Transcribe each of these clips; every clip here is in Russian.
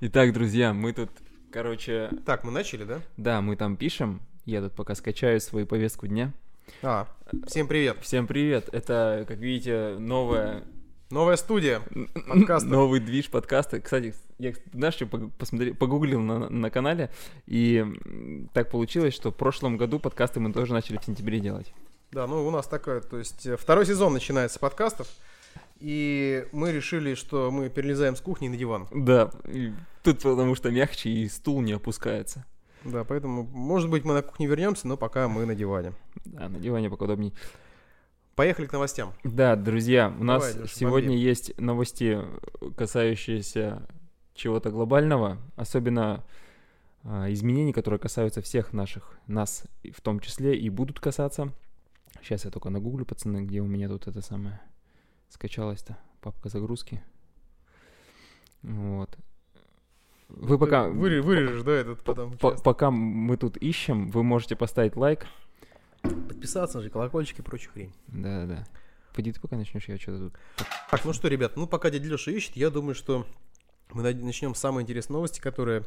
Итак, друзья, мы тут, короче... Так, мы начали, да? Да, мы там пишем. Я тут пока скачаю свою повестку дня. Всем привет. Всем привет. Это, как видите, новая студия подкаста. Новый движ подкаста. Кстати, я, знаешь, что погуглил на канале, и так получилось, что в прошлом году подкасты мы тоже начали в сентябре делать. Да, ну у нас такое, то есть второй сезон начинается с подкастов, и мы решили, что мы перелезаем с кухни на диван. Да, тут потому что мягче и стул не опускается. Да, поэтому, может быть, мы на кухне вернемся, но пока мы на диване. Да, на диване пока удобней. Поехали к новостям. Да, друзья, у нас Леша, сегодня есть новости, касающиеся чего-то глобального, особенно изменений, которые касаются всех нас в том числе и будут касаться. Сейчас я только нагуглю, пацаны, где у меня тут это самое скачалось-то, папка загрузки. Вот. Вы пока... Вырежешь, да, этот потом. Пока мы тут ищем, вы можете поставить лайк. Подписаться, нажать колокольчик и прочую хрень. Да. Пойди ты пока начнешь, я что-то тут... Так, ну что, ребят, пока дядя Леша ищет, я думаю, что мы начнем с самой интересной новости, которая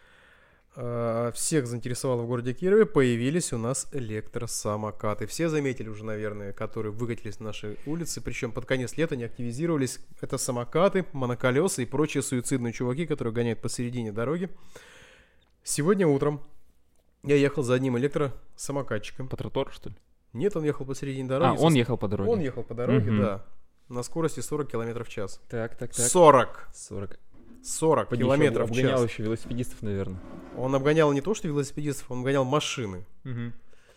всех заинтересовала в городе Кирове. Появились у нас электросамокаты. Все заметили уже, наверное, которые выкатились на наши улицы, причем под конец лета не активизировались. Это самокаты, моноколеса и прочие суицидные чуваки, которые гоняют посередине дороги. Сегодня утром я ехал за одним электросамокатчиком. По тротуару, что ли? Нет, он ехал посередине дороги. Он ехал по дороге? Он ехал по дороге, да. На скорости 40 км в час. Так. 40 Поди, километров в час. Обгонял еще велосипедистов, наверное. Он обгонял не то, что велосипедистов, он обгонял машины. Угу.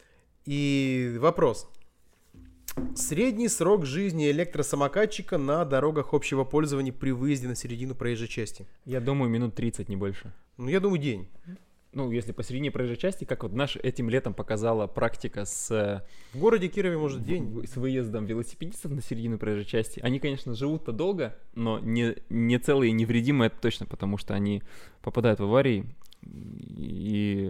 И вопрос. Средний срок жизни электросамокатчика на дорогах общего пользования при выезде на середину проезжей части? Я думаю, минут 30, не больше. Я думаю, день. Если посередине проезжей части, как вот этим летом показала практика В городе Кирове, может, день. С выездом велосипедистов на середину проезжей части. Они, конечно, живут-то долго, но не целые и невредимые, это точно, потому что они попадают в аварии. И,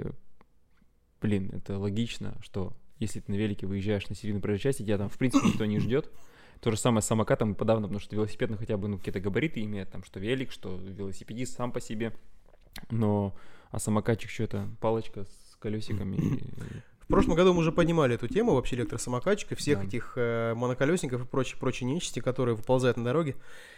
это логично, что если ты на велике выезжаешь на середину проезжей части, тебя там, в принципе, никто не ждет. То же самое с самокатом и подавно, потому что велосипед, хотя бы, какие-то габариты имеет, там, что велик, что велосипедист сам по себе. А самокатчик что-то палочка с колесиками. В прошлом году мы уже поднимали эту тему, вообще электросамокатчика, всех этих моноколесников и прочей нечисти, которые выползают на дороге.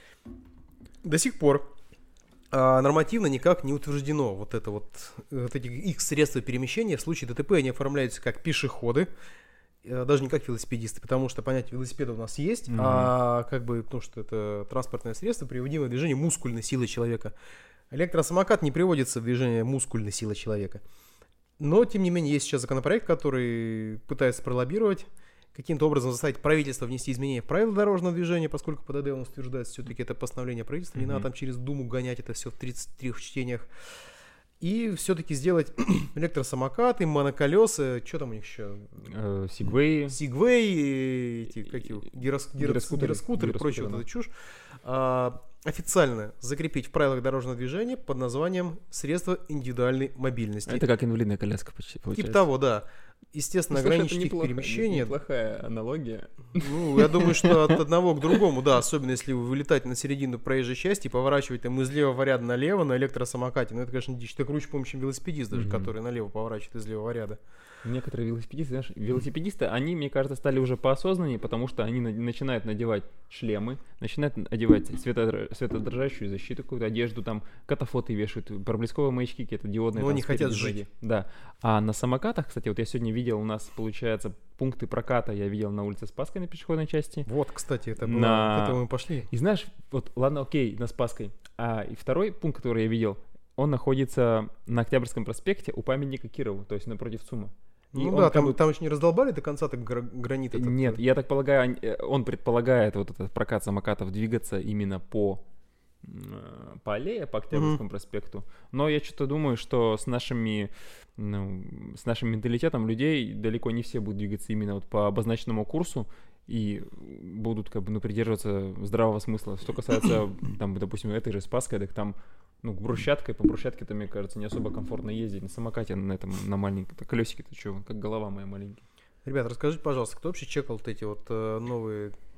До сих пор нормативно никак не утверждено вот эти их средства перемещения. В случае ДТП они оформляются как пешеходы, даже не как велосипедисты, потому что понятие велосипеда у нас есть, что это транспортное средство, приводимое в движение мускульной силы человека. Электросамокат не приводится в движение мускульной силы человека. Но, тем не менее, есть сейчас законопроект, который пытается пролоббировать, каким-то образом заставить правительство внести изменения в правила дорожного движения, поскольку ПДД у нас утверждается все-таки это постановление правительства, не надо там через Думу гонять это все в 33 чтениях. И все-таки сделать электросамокаты, моноколеса, что там у них еще? Сигвей, гироскутеры и прочее вот эта чушь. Официально закрепить в правилах дорожного движения под названием «Средства индивидуальной мобильности». Это как инвалидная коляска почти получается. Типа того, да. Естественно, ограничить их перемещение. Неплохая аналогия. Я думаю, что от одного к другому, да, особенно если вы вылетаете на середину проезжей части и поворачиваете там из левого ряда налево на электросамокате. Это, конечно, дичь. Так круче, по-моему, чем велосипедист даже, который налево поворачивает из левого ряда. Некоторые велосипедисты, они, мне кажется, стали уже поосознаннее, потому что они начинают надевать шлемы, начинают одевать светоотражающую защиту, какую-то одежду, там, катафоты вешают, проблесковые маячки какие-то диодные. Но они хотят жить. Да. А на самокатах, кстати, вот я сегодня видел, у нас, получается, пункты проката я видел на улице Спасской на пешеходной части. Вот, кстати, это было, к этому мы пошли. И знаешь, ладно, окей, на Спасской. И второй пункт, который я видел, он находится на Октябрьском проспекте у памятника Кирову, то есть напротив ЦУМа. Там еще не раздолбали до конца так гранит этот. Нет, я так полагаю, он предполагает вот этот прокат самокатов двигаться именно по аллее, по Октябрьскому проспекту. Но я что-то думаю, что с нашим менталитетом людей далеко не все будут двигаться именно по обозначенному курсу и будут придерживаться здравого смысла. Что касается, допустим, этой же Спасской, так там по брусчатке, мне кажется, не особо комфортно ездить на самокате, на маленьком колесике, как голова моя маленькая. Ребят, расскажите, пожалуйста, кто вообще чекал эти новые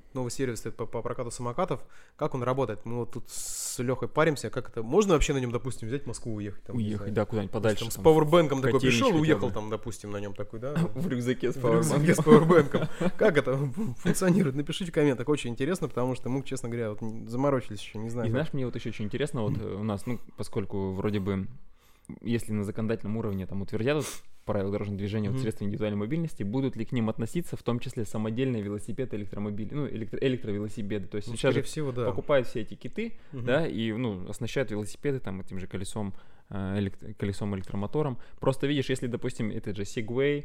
новый сервис по прокату самокатов, как он работает. Мы вот тут с Лехой паримся, как это, можно вообще на нем, допустим, взять в Москву уехать? Там, уехать, да, куда-нибудь подальше. Там, с пауэрбэнком такой пришел и уехал бы. там, допустим, на нем такой, да? В рюкзаке с пауэрбэнком. Как это функционирует? Напишите в комментах, очень интересно, потому что мы, честно говоря, вот заморочились еще, не знаю. И знаешь, мне вот еще очень интересно, вот у нас, ну, поскольку вроде бы, если на законодательном уровне там утвердят правила дорожного движения, вот средства индивидуальной мобильности, будут ли к ним относиться, в том числе самодельные велосипеды, электромобили, ну, электровелосипеды. То есть Ну, сейчас же всего, да. покупают все эти киты, да, и, ну, оснащают велосипеды там этим же колесом электромотором. Просто видишь, если, допустим, этот же Segway,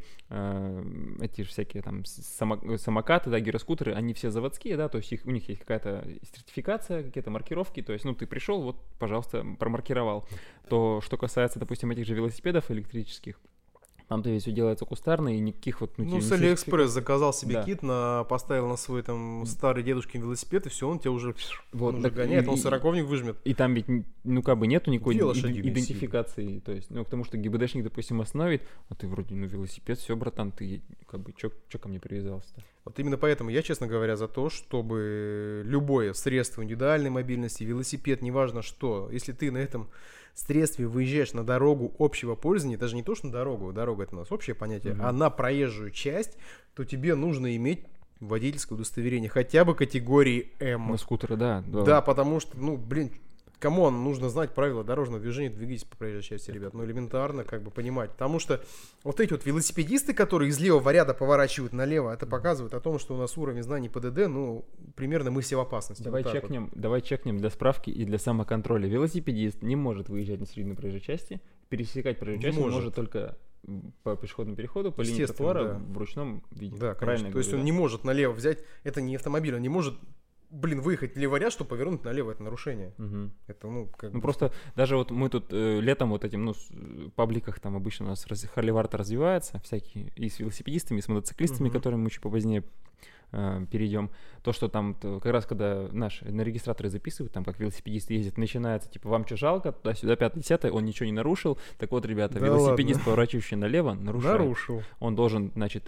эти же всякие там самокаты, да, гироскутеры, они все заводские, да, то есть у них есть какая-то сертификация, какие-то маркировки, то есть, ну, ты пришел, вот, пожалуйста, промаркировал. То, что касается, допустим, этих же велосипедов электрических, там-то ведь все делается кустарно, и никаких вот... Ну, с Алиэкспресс заказал себе да. кит, поставил на свой там старый дедушкин велосипед, и все, он тебя уже, вот, уже гоняет, он сороковник выжмет. И там ведь, ну, как бы нету никакой идентификации, сильно. То есть, ну, потому что ГИБДшник, допустим, остановит, а ты вроде, ну, велосипед, все, братан, ты, как бы, чё ко мне привязался-то? Вот именно поэтому я, честно говоря, за то, чтобы любое средство индивидуальной мобильности, велосипед, неважно что, если ты на этом средстве выезжаешь на дорогу общего пользования, даже не то, что на дорога это у нас общее понятие, а на проезжую часть, то тебе нужно иметь водительское удостоверение хотя бы категории М. На скутеры, да. Да, потому что, ну, блин, камон, нужно знать правила дорожного движения, двигайтесь по проезжей части, ребят, ну, элементарно, как бы, понимать, потому что вот эти вот велосипедисты, которые из левого ряда поворачивают налево, это показывает о том, что у нас уровень знаний ПДД, ну, примерно мы все в опасности. Давай чекнем для справки и для самоконтроля. Велосипедист не может выезжать на середину проезжей части, пересекать проезжую часть он может только по пешеходному переходу, по линии тротуара, в ручном виде. Да, конечно. То есть он не может налево взять, это не автомобиль, он не может, выехать в левый ряд, чтобы повернуть налево, это нарушение. Это, ну, как бы... просто даже вот мы тут летом вот этим, ну, в пабликах там обычно у нас Харли-Варта развивается, всякие, и с велосипедистами, и с мотоциклистами, которыми мы чуть попозднее перейдем. То, что там как раз когда наши на регистраторы записывают, там как велосипедисты ездят, начинается, типа, вам что жалко, туда-сюда, 5-10, он ничего не нарушил. Так вот, ребята, да велосипедист, ладно. Поворачивающий налево, нарушил. Он должен, значит,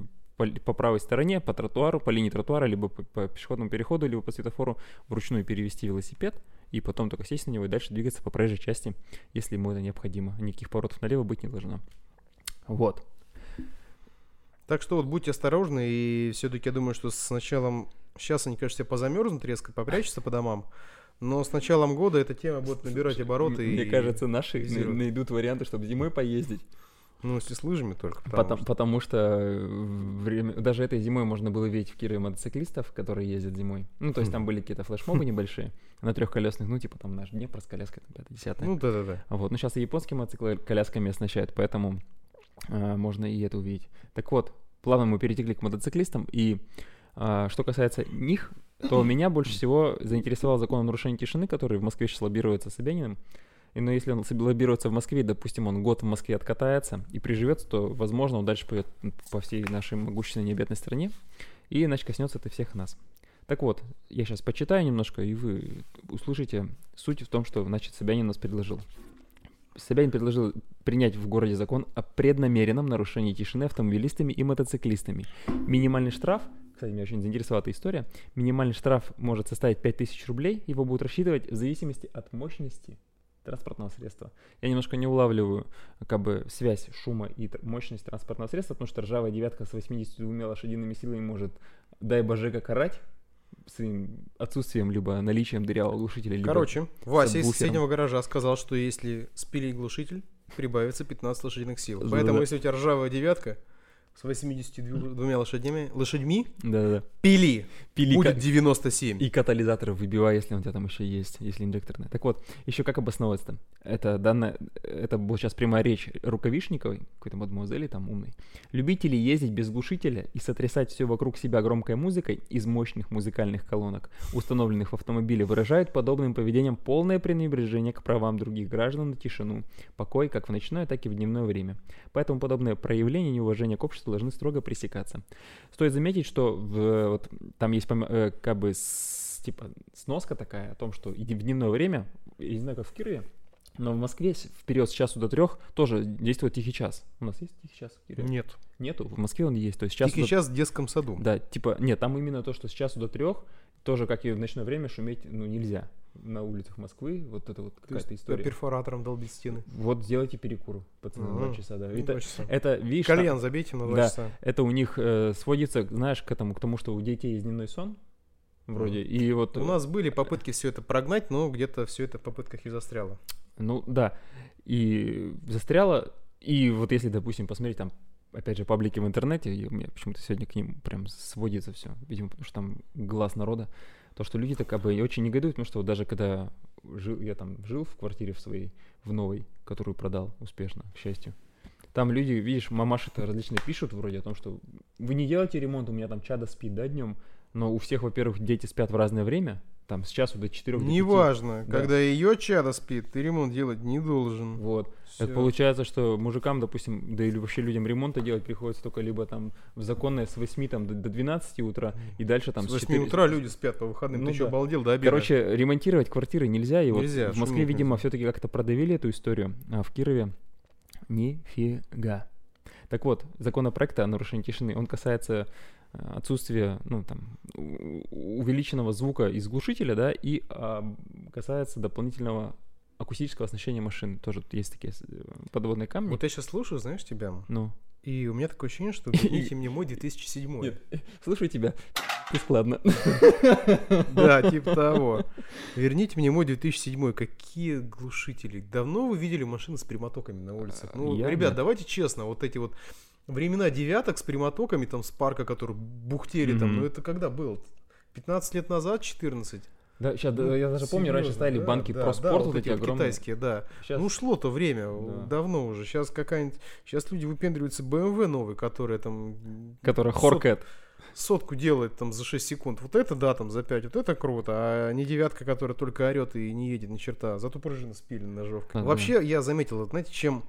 по правой стороне, по тротуару, по линии тротуара, либо по пешеходному переходу, либо по светофору вручную перевести велосипед, и потом только сесть на него и дальше двигаться по проезжей части, если ему это необходимо. Никаких поворотов налево быть не должно. Вот. Так что вот будьте осторожны, и все-таки я думаю, что с началом... Сейчас они, конечно, все позамерзнут резко, попрячутся по домам, но с началом года эта тема будет набирать обороты. Мне кажется, наши найдут варианты, чтобы зимой поездить. Ну, если с лыжами только. Потому что даже этой зимой можно было видеть в Кирове мотоциклистов, которые ездят зимой. Ну, то есть там были какие-то флешмобы небольшие на трехколесных, ну, типа там наш Днепр с коляской, там, 5-10. Ну, да-да-да. Вот, ну, сейчас и японские мотоциклы колясками оснащают, поэтому можно и это увидеть. Так вот, плавно мы перетекли к мотоциклистам, и что касается них, то меня больше всего заинтересовал закон о нарушении тишины, который в Москве сейчас лоббируется Собяниным. Но если он лоббируется в Москве, допустим, он год в Москве откатается и приживется, то, возможно, он дальше пойдет по всей нашей могущественной необъятной стране, и иначе коснется это всех нас. Так вот, я сейчас почитаю немножко, и вы услышите суть в том, что, значит, Собянин нас предложил. Собянин предложил принять в городе закон о преднамеренном нарушении тишины автомобилистами и мотоциклистами. Минимальный штраф, кстати, меня очень заинтересовала эта история, минимальный штраф может составить 5000 рублей, его будут рассчитывать в зависимости от мощности транспортного средства. Я немножко не улавливаю как бы связь шума и мощность транспортного средства, потому что ржавая девятка с 82 лошадиными силами может, дай боже, как орать своим отсутствием либо наличием дырявого глушителя. Короче, Вася из соседнего гаража сказал, что если спилить глушитель, прибавится 15 лошадиных сил. Поэтому, если у тебя ржавая девятка с 82 лошадьми да-да-да. Пили будет 97. И катализатор выбивай, если он у тебя там еще есть, если инжекторная. Так вот, еще как обосновывается-то? Это была сейчас прямая речь Рукавишниковой, какой-то мадемуазели там умной. Любители ездить без глушителя и сотрясать все вокруг себя громкой музыкой из мощных музыкальных колонок, установленных в автомобиле, выражают подобным поведением полное пренебрежение к правам других граждан на тишину, покой как в ночное, так и в дневное время. Поэтому подобное проявление неуважения к обществу должны строго пресекаться. Стоит заметить, что вот, там есть как бы типа сноска такая о том, что и в дневное время, я не знаю, как в Кирове, Но в Москве в период с часу до 3 тоже действует тихий час. У нас есть тихий час в Кирове? Нет. Нету, в Москве он есть. То есть с часу Тихий час в детском саду. Да, типа, нет, там именно то, что с часу до 3, тоже, как и в ночное время, шуметь, ну, нельзя. На улицах Москвы, вот это вот какая-то история. Перфоратором долбить стены. Вот сделайте перекур, пацаны, 2 часа, да. Ну, 2 часа. Это, видишь, Кальян забейте на 2 часа. это у них сводится, знаешь, к тому, что у детей есть дневной сон, вроде, и вот... У нас были попытки все это прогнать, но где-то все это в попытках и застряло. Ну, да, и застряло, и вот если, допустим, посмотреть там, опять же, паблики в интернете, и у меня почему-то сегодня к ним прям сводится все, видимо, потому что там глаз народа, то, что люди так как бы очень негодуют, потому что вот даже когда я там жил в квартире в своей, в новой, которую продал успешно, к счастью, там люди, видишь, мамаши-то различные пишут вроде о том, что вы не делаете ремонт, у меня там чадо спит, да, днем, но у всех, во-первых, дети спят в разное время, там с часу до 4 до 5. Неважно, Да. когда ее чадо спит, ты ремонт делать не должен. Вот. Всё. Это получается, что мужикам, допустим, да или вообще людям ремонта делать приходится только либо там в законное с 8 там, до 12 утра и дальше там С 8 утра люди спят по выходным, Ну ты что, да. обалдел до обеда? Короче, ремонтировать квартиры нельзя, и Нельзя, вот в Москве, шуметь видимо, нельзя. все-таки как-то продавили эту историю, а в Кирове нифига. Так вот, законопроект о нарушении тишины, он касается отсутствия, ну, там, увеличенного звука из глушителя, да, и касается дополнительного акустического оснащения машин. Тоже тут есть такие подводные камни. Вот я сейчас слушаю, знаешь, тебя, Ну. и у меня такое ощущение, что верните мне мой 2007. Нет, слушай тебя. И складно. Да, типа того. Верните мне мой 2007. Какие глушители. Давно вы видели машины с прямотоками на улицах? Ну, Я ребят, нет. давайте честно, вот эти вот времена девяток с прямотоками, там, с парка, который бухтели там, Мгм. ну это когда было? 15 лет назад, 14? Да, сейчас, я даже помню, раньше Серьезно, ставили да, банки да, про да, спорт, вот вот эти вот огромные. китайские, да. Щас- Ну, шло то время, Да. давно уже. Сейчас какая-нибудь... Сейчас люди выпендриваются BMW новый, которая там... Которая сот- хоркает. Сотку делает там за 6 секунд. Вот это, да, там за 5. Вот это круто. А не девятка, которая только орет и не едет ни черта. Зато пружина спилена ножовкой. Да, Вообще, я заметил, вот знаете, чем...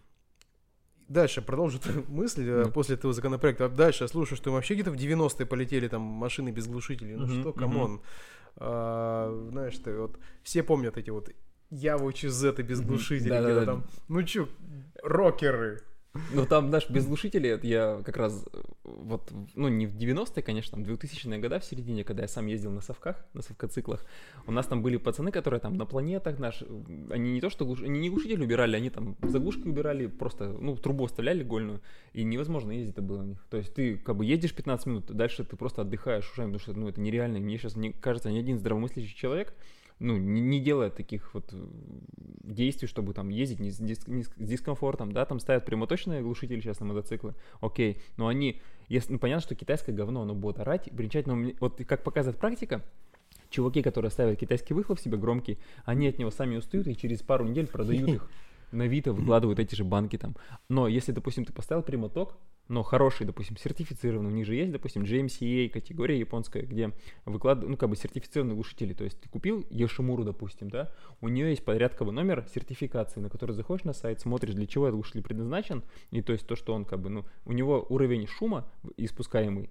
Дальше продолжу эту мысль Да. после этого законопроекта. Дальше я слушаю, что вообще где-то в 90-е полетели там машины без глушителей. Ну Мгм, что, мгм. камон. Знаешь, ты вот все помнят эти вот Яву Чизеты без Мгм. глушителей. Да-да-да. Где-то там, ну чё, рокеры. Ну, там, знаешь, без глушителей, это я как раз, вот, ну, не в 90-е, конечно, там, 2000-е года в середине, когда я сам ездил на совках, на совкоциклах, у нас там были пацаны, которые там на планетах они не то что, они не глушитель убирали, они там заглушки убирали, просто, ну, трубу оставляли гольную, и невозможно ездить-то было у них. То есть ты, как бы, едешь 15 минут, дальше ты просто отдыхаешь ушами, потому что, ну, это нереально, и мне сейчас, мне кажется, ни один здравомыслящий человек, ну, не делает таких вот действий, чтобы там ездить не с дискомфортом, да, там ставят прямоточные глушители сейчас на мотоциклы, окей, но они, если, ну, понятно, что китайское говно, оно будет орать, бренчать, но вот как показывает практика, чуваки, которые ставят китайский выхлоп себе громкий, они от него сами устают и через пару недель продают их на Авито, выкладывают эти же банки там. Но если, допустим, ты поставил прямоток, но хороший, допустим, сертифицированный, у них же есть, допустим, GMCA категория японская, где выкладывают, ну, как бы сертифицированные глушители, то есть ты купил Yoshimuра, допустим, да, у нее есть порядковый номер сертификации, на который заходишь на сайт, смотришь, для чего этот глушитель предназначен, и то есть то, что он как бы, ну, у него уровень шума испускаемый,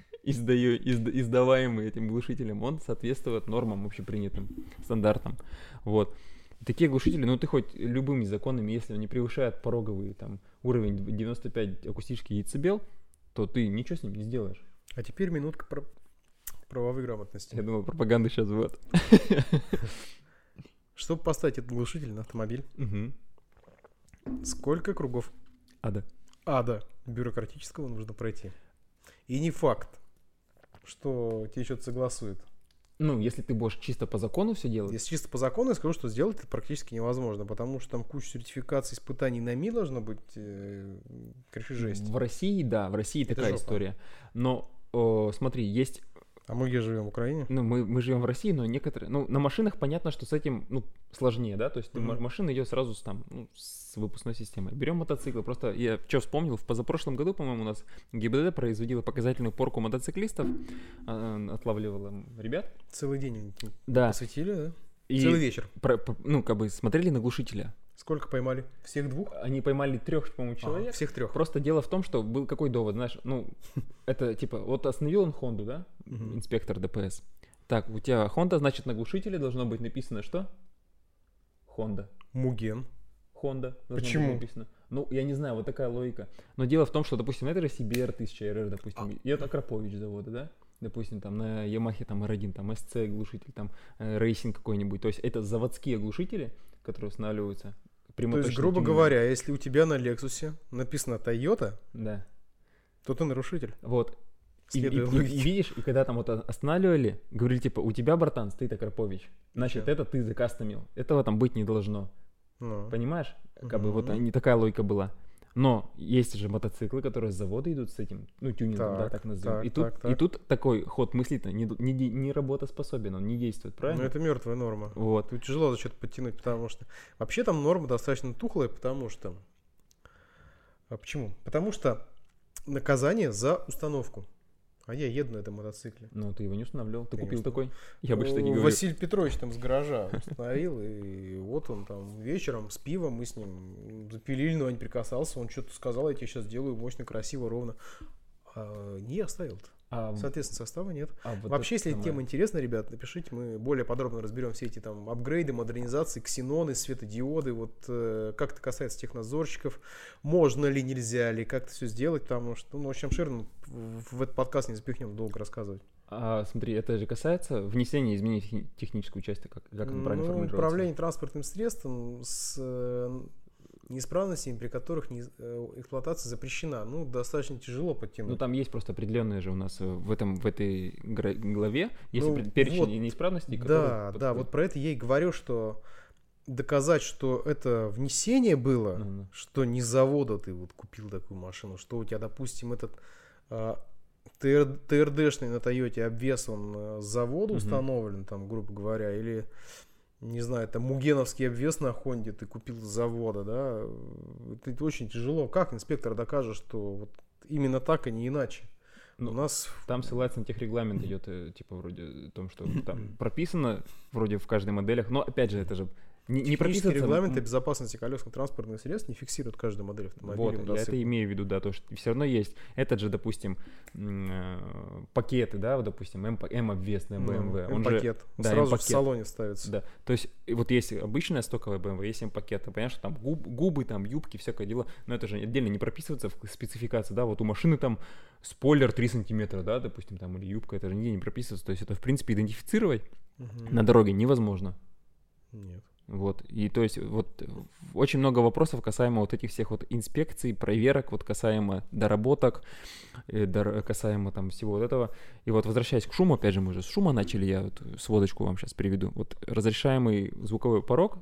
издаваемый этим глушителем, он соответствует нормам общепринятым, стандартам, вот. Такие глушители, ну ты хоть любыми законами, если они превышают пороговый там уровень 95 акустический децибел, то ты ничего с ним не сделаешь. А теперь минутка правовой грамотности. Я думал, пропаганда сейчас будет. Чтобы поставить этот глушитель на автомобиль, сколько кругов ада бюрократического нужно пройти? И не факт, что тебе что-то согласуют. Ну, если ты будешь чисто по закону все делать. Если чисто по закону, я скажу, что сделать это практически невозможно, потому что там куча сертификаций, испытаний на МИ должно быть, короче, жесть. В России, да, в России Это такая жопа. история. Но, смотри, есть... А мы где живем, в Украине? Ну, мы живем в России, но некоторые... Ну, на машинах понятно, что с этим, ну, сложнее, да? То есть машина идет сразу с выпускной системой. Берем мотоциклы. Просто я что вспомнил, в позапрошлом году, по-моему, у нас ГИБДД производила показательную порку мотоциклистов, отлавливала ребят. Целый день Да. посвятили, да? И Целый вечер. ну, как бы смотрели на глушителя. Сколько поймали? Всех двух? Они поймали 3, по-моему, человек. Всех 3. Просто дело в том, что был какой довод, знаешь, ну, это типа, вот остановил он Хонду, да, инспектор ДПС. Так, у тебя Honda, значит, на глушителе должно быть написано что? Honda. Муген. Honda. Почему? Написано. Ну, я не знаю, вот такая логика. Но дело в том, что, допустим, это же CBR 1000 RR, допустим, и это Акрапович завода, да? Допустим, там на Yamaha там R1, там SC глушитель, там рейсинг какой-нибудь. То есть это заводские глушители, которые устанавливаются. То есть, грубо говоря, если у тебя на Lexus написано Toyota, да, то ты нарушитель. Вот. И видишь, и когда там вот останавливали, говорили, типа, у тебя, братан, стоит Акрапович. Значит, это ты закастомил. Этого там быть не должно. Понимаешь? Как бы вот не такая логика была. Но есть же мотоциклы, которые с завода идут с этим, ну, тюнингом, да, так назовем. И тут такой ход мысли-то не работоспособен, он не действует, правильно? Ну, это мертвая норма. Вот. Тут тяжело за что-то подтянуть, потому что... Вообще там норма достаточно тухлая, потому что... А почему? Потому что наказание за установку. А я еду на этом мотоцикле. Ну, ты его не устанавливал, ты Конечно. купил такой? Я бы что не говорю. Василий Петрович там с гаража установил, и вот он там вечером с пивом, мы с ним запилили, но я не прикасался, он что-то сказал, я тебе сейчас сделаю мощно, красиво, ровно. Не оставил-то. Соответственно, состава нет. Вообще, если тема интересна, ребят, напишите, мы более подробно разберем все эти там апгрейды, модернизации, ксеноны, светодиоды, вот как это касается технадзорщиков, можно ли, нельзя ли, как это все сделать, потому что, ну, очень обширно в этот подкаст не запихнем долго рассказывать. Смотри, это же касается внесения изменений в техническую часть, как это правильно формулировать? Управление транспортным средством с неисправностями, при которых эксплуатация запрещена. Ну, достаточно тяжело подтянуть. Ну, там есть просто определенные же у нас в этой главе есть перечень вот, неисправностей. Да, вот про это я и говорю, что доказать, что это внесение было, что не с завода ты вот купил такую машину, что у тебя, допустим, этот ТРДшный на Тойоте обвес, он с завода установлен, там, грубо говоря, или... Не знаю, это мугеновский обвес на Хонде ты купил с завода, да, это очень тяжело. Как инспектор докажет, что вот именно так, а не иначе? Ну, у нас... Там ссылается на техрегламент идет, типа, вроде о том, что там прописано вроде в каждой моделях, но, опять же, это же не прописано... регламенты безопасности колесных транспортных средств не фиксируют каждую модель автомобиля. Вот, я это имею в виду, да, то, что все равно есть этот же, допустим, пакеты, да, вот, допустим, М-обвес на BMW. М-пакет, да, сразу М-пакет. в салоне ставится. Да, то есть вот есть обычная стоковая BMW, есть М-пакет, ты понимаешь, что там губы, там юбки, всякое дело, но это же отдельно не прописывается в спецификации, да, вот у машины там спойлер 3 сантиметра, да, допустим, там, или юбка, это же нигде не прописывается, то есть это, в принципе, идентифицировать на дороге невозможно. Нет. Вот, и то есть вот очень много вопросов касаемо вот этих всех вот инспекций, проверок, вот касаемо доработок, касаемо там всего вот этого. И вот возвращаясь к шуму, опять же, мы же с шума начали, я вот сводочку вам сейчас приведу. Вот разрешаемый звуковой порог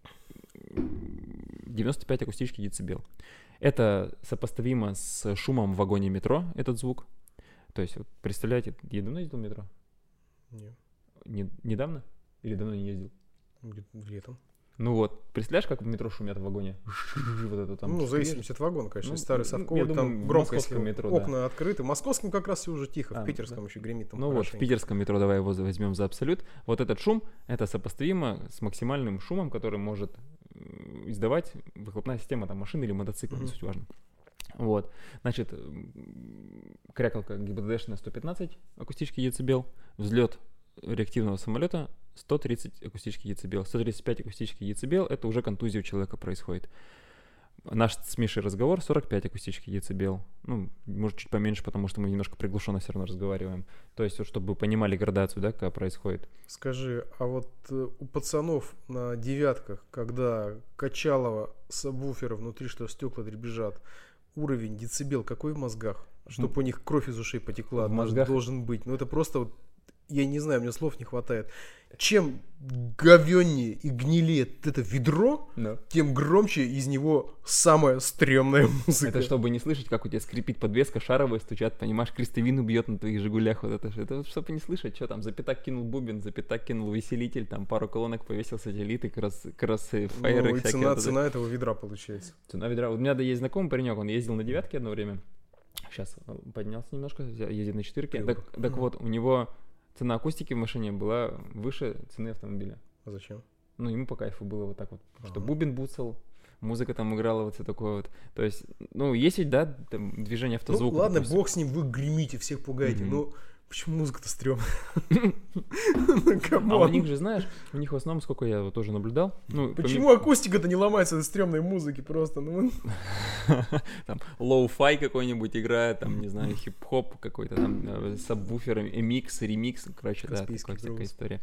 95 акустических децибел. Это сопоставимо с шумом в вагоне метро, этот звук. То есть, вот, представляете, я давно ездил в метро? Нет. Недавно? Или давно не ездил? Летом. Ну вот, представляешь, как в метро шумят в вагоне? Вот это там. Ну, в зависимости от вагона, конечно. Ну, старый совковый, там громко, если метро, окна открыты. В московском как раз все уже тихо, в питерском еще гремит. Ну вот, в питерском метро, давай его возьмем за абсолют. Вот этот шум, это сопоставимо с максимальным шумом, который может издавать выхлопная система там, машины или мотоцикла, не суть важно. Вот, значит, крякалка ГИБДДшная 115 акустических децибел, взлет реактивного самолета 130 акустических децибел. 135 акустических децибел — это уже контузия у человека происходит. Наш с Мишей разговор 45 акустических децибел. Ну, может, чуть поменьше, потому что мы немножко приглушенно все равно разговариваем. То есть, вот, чтобы вы понимали градацию, да, какая происходит. Скажи, а вот у пацанов на девятках, когда качалово сабвуфера внутри, что стекла дребезжат, уровень децибел какой в мозгах? Чтобы у них кровь из ушей потекла, в мозгах должен быть. Ну, это просто вот, я не знаю, мне слов не хватает. Чем говённее и гнилее это ведро, тем громче из него самая стрёмная музыка. Это чтобы не слышать, как у тебя скрипит подвеска, шаровые стучат, понимаешь, крестовину бьет на твоих «Жигулях». Вот это чтобы не слышать, что там, за пятак кинул бубен, за пятак кинул веселитель, там пару колонок повесил сателлиты, кроссфайеры. Ну и цена этого ведра получается. Цена ведра. У меня есть знакомый паренек, он ездил на девятке одно время. Сейчас поднялся немножко, ездит на четырке. Так вот, у него... Цена акустики в машине была выше цены автомобиля. А зачем? Ну, ему по кайфу было вот так вот, что бубен буцал, музыка там играла, вот все такое вот. То есть, ну, есть ведь, да, там, движение автозвука. Ну, ладно, бог с ним, вы гремите, всех пугаете, но Почему музыка-то стрёмная? А у них же, знаешь, у них в основном, сколько я вот тоже наблюдал... Почему акустика-то не ломается от стрёмной музыки просто? Там лоу-фай какой-нибудь играет, там, не знаю, хип-хоп какой-то, там, сабвуфер, эмикс, ремикс, короче, да, такая история.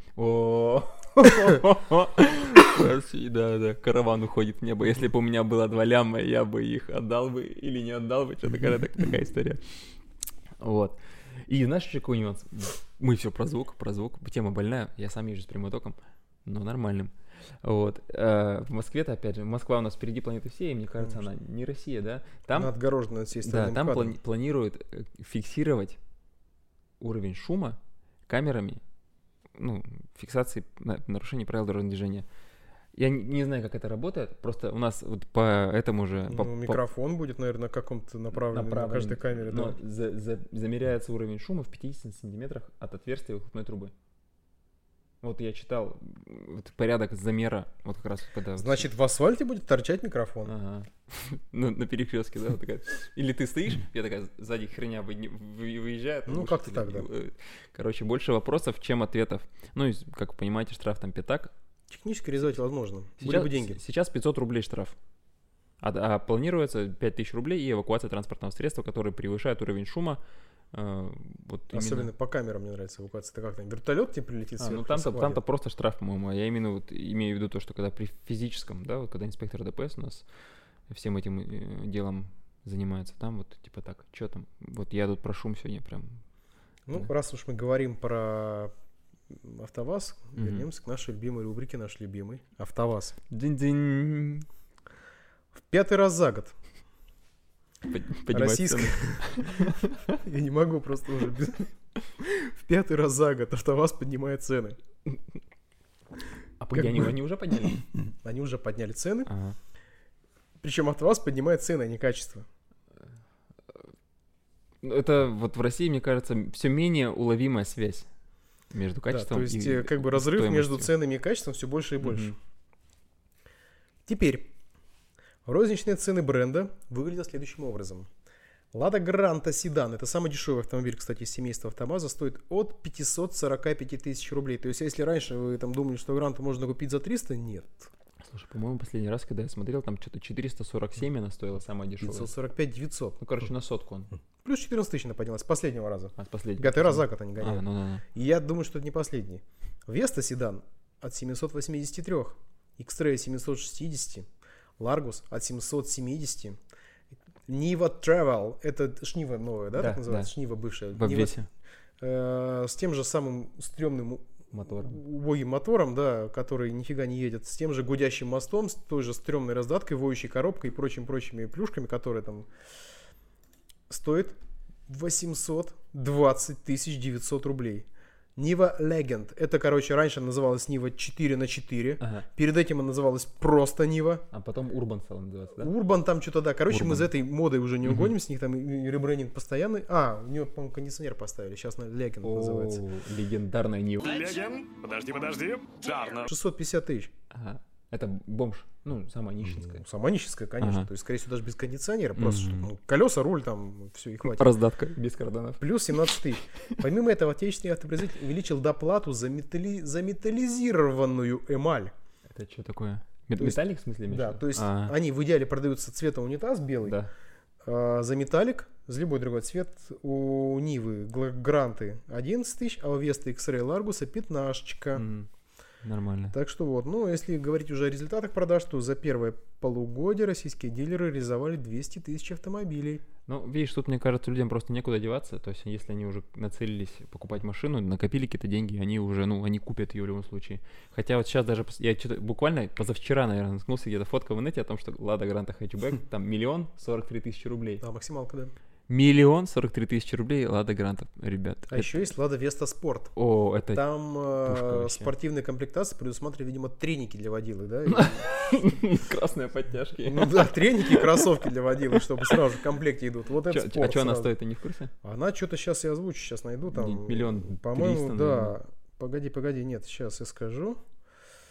Да, караван уходит в небо. Если бы у меня было 2 ляма, я бы их отдал бы или не отдал бы, что-то такая история. Вот. И знаешь, еще какой нюанс? Мы все про звук, тема больная, я сам езжу с прямотоком, но нормальным. Вот. В Москве-то, опять же, Москва у нас впереди планеты всей, и мне кажется, она не Россия, да? Там, она отгорожена от всей страны. Да, там планируют фиксировать уровень шума камерами, фиксации нарушений правил дорожного движения. Я не знаю, как это работает, просто у нас вот по этому же... микрофон будет, наверное, на каком-то направленном на каждой камере. Но да. Замеряется уровень шума в 50 сантиметрах от отверстия выхлопной трубы. Вот я читал порядок замера, вот как раз когда... Значит, в асфальте будет торчать микрофон. Ага. На перекрестке, да, вот такая. Или ты стоишь, я такая, сзади херня выезжает. Как-то так, да. Короче, больше вопросов, чем ответов. Как вы понимаете, штраф там пятак. Технически реализовать возможно. Были бы деньги. Сейчас 500 рублей штраф. А планируется 5000 рублей и эвакуация транспортного средства, которое превышает уровень шума. Особенно именно... по камерам мне нравится эвакуация. Это как там, вертолет тебе прилетит сверху? Там-то просто штраф, по-моему. Я именно имею в виду то, что когда при физическом, да, когда инспектор ДПС у нас всем этим делом занимается, там вот типа так, что там, вот я тут про шум сегодня прям... Раз уж мы говорим про АвтоВАЗ, вернемся к нашей любимой рубрике, наш любимый АвтоВАЗ. Динь-динь. В 5-й раз за год. Российская. Я не могу просто уже... В 5-й раз за год АвтоВАЗ поднимает цены. Они уже подняли? Они уже подняли цены. Причем АвтоВАЗ поднимает цены, а не качество. Это вот в России, мне кажется, все менее уловимая связь между качеством и... то есть как бы разрыв между ценами и качеством все больше и больше. Теперь розничные цены бренда выглядят следующим образом. Лада Гранта седан, это самый дешевый автомобиль, кстати, из семейства АвтоВАЗа, стоит от 545 тысяч рублей. То есть если раньше вы там думали, что Гранту можно купить за 300, нет. Слушай, по-моему, последний раз, когда я смотрел, там что-то 447 она стоила, самая дешевая. 545-900. На сотку он. Плюс 14 тысяч она поднялась с последнего раза. С последнего. 5-й раз за год они гоняют. Ну. И я думаю, что это не последний. Веста седан от 783, X-Trail 760, Largus от 770, Niva Travel, это Шнива новая, да, так называется? Да. Шнива бывшая. В обвесе. С тем же самым стрёмным убогим мотором, да, который нифига не едет, с тем же гудящим мостом, с той же стрёмной раздаткой, воющей коробкой и прочими плюшками, которые там стоит 820 900 рублей. Niva Legend. Это, короче, раньше называлась Niva 4x4. Перед этим она называлась просто Niva. А потом Urban стала называться, да? Urban там что-то, да. Короче, мы за этой модой уже не угоним, с них там ребрендинг постоянный. У нее, по-моему, кондиционер поставили. Сейчас она Legend называется. Легендарная Niva. Legend? Подожди. Жарно. 650 тысяч. Это бомж, самая нищенская. Самая нищенская, конечно. То есть, скорее всего, даже без кондиционера. Просто колеса, руль, там, все, и хватит. Раздатка, без карданов. Плюс 17 тысяч. Помимо этого, отечественный автопроизводитель увеличил доплату за металлизированную эмаль. Это что такое? Металлик, в смысле? Да, то есть они в идеале продаются цветом унитаз белый. Да. За металлик, за любой другой цвет, у Нивы Гранты 11 тысяч, а у Веста X-Ray Largus 15. Нормально. Так что вот, если говорить уже о результатах продаж, то за первое полугодие российские дилеры реализовали 200 тысяч автомобилей. Видишь, тут, мне кажется, людям просто некуда деваться. То есть, если они уже нацелились покупать машину, накопили какие-то деньги, они уже, они купят ее в любом случае. Хотя вот сейчас даже, я что-то буквально позавчера, наверное, наткнулся где-то фотка в инете о том, что Лада Гранта хэтчбэк, там 1 043 000 рублей. Да, максималка, да. 1 043 000 рублей Лада Гранта, ребят. Еще есть Лада Веста Спорт. Это там спортивные комплектации предусматривают, видимо, треники для водилы, да? Красные подтяжки. Треники и кроссовки для водилы, чтобы сразу же в комплекте идут. Вот это спорт. А что она стоит, ты не в курсе? Она что-то сейчас я озвучу, сейчас найду. Там, 1 300 000, по-моему, да. Погоди, нет, сейчас я скажу.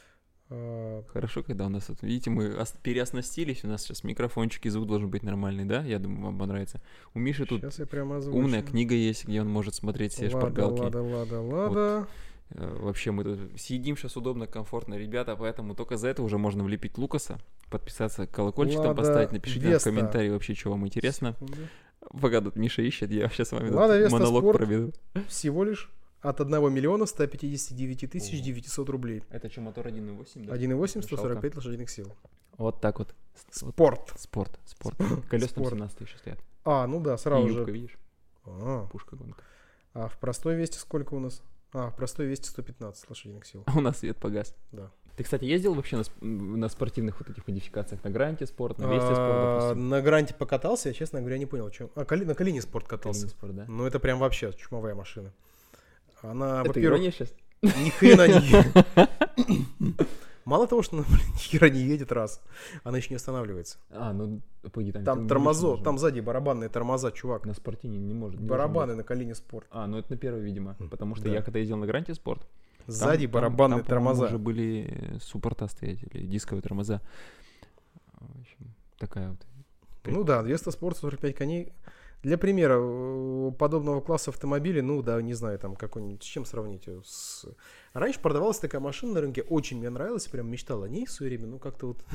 Хорошо, когда у нас, вот, видите, мы переоснастились, у нас сейчас микрофончик и звук должен быть нормальный, да? Я думаю, вам понравится. У Миши тут Сейчас я прямо озвучу. умная книга есть, где он может смотреть все шпаргалки. Лада. Вообще мы тут сидим сейчас удобно, комфортно, ребята, поэтому только за это уже можно влепить Лукаса, подписаться, колокольчик там поставить, напишите нам в комментарии вообще, что вам интересно. Пока тут Миша ищет, я сейчас с вами монолог проведу. Всего лишь от 1 миллиона 159 тысяч 900 рублей. Это что, мотор 1.8, да? 1.8, 145 лошадиных сил. Вот так вот. Спорт. Колеса там 17 тысяч стоят. Ну да, сразу же. Юбка, видишь? Пушка гонка. А в простой Весте сколько у нас? В простой Весте 115 лошадиных сил. У нас свет погас. Да. Ты, кстати, ездил вообще на спортивных вот этих модификациях? На Гранте спорт, на Весте спорт, допустим? На Гранте покатался, я, честно говоря, не понял, что. На Калине спорт катался. Калине спорт, да? Ну это прям вообще чумовая машина. Она, это во-первых... ирония сейчас? Ни хрена не едет. Мало того, что она, ни хера не едет раз, она еще не останавливается. Погоди, там тормозо, там сзади барабанные тормоза, чувак. На спортине не может. Барабаны на Калине спорт. Это на первый, видимо. Потому что я когда ездил на Гранте спорт, сзади барабанные тормоза. Там уже были суппорта стоять, или дисковые тормоза. В общем, такая вот. Ну да, Веста Спорт 45 коней. Для примера, подобного класса автомобилей, не знаю, там какой-нибудь, с чем сравнить? Раньше продавалась такая машина на рынке, очень мне нравилась, прям мечтал о ней в свое время, как-то вот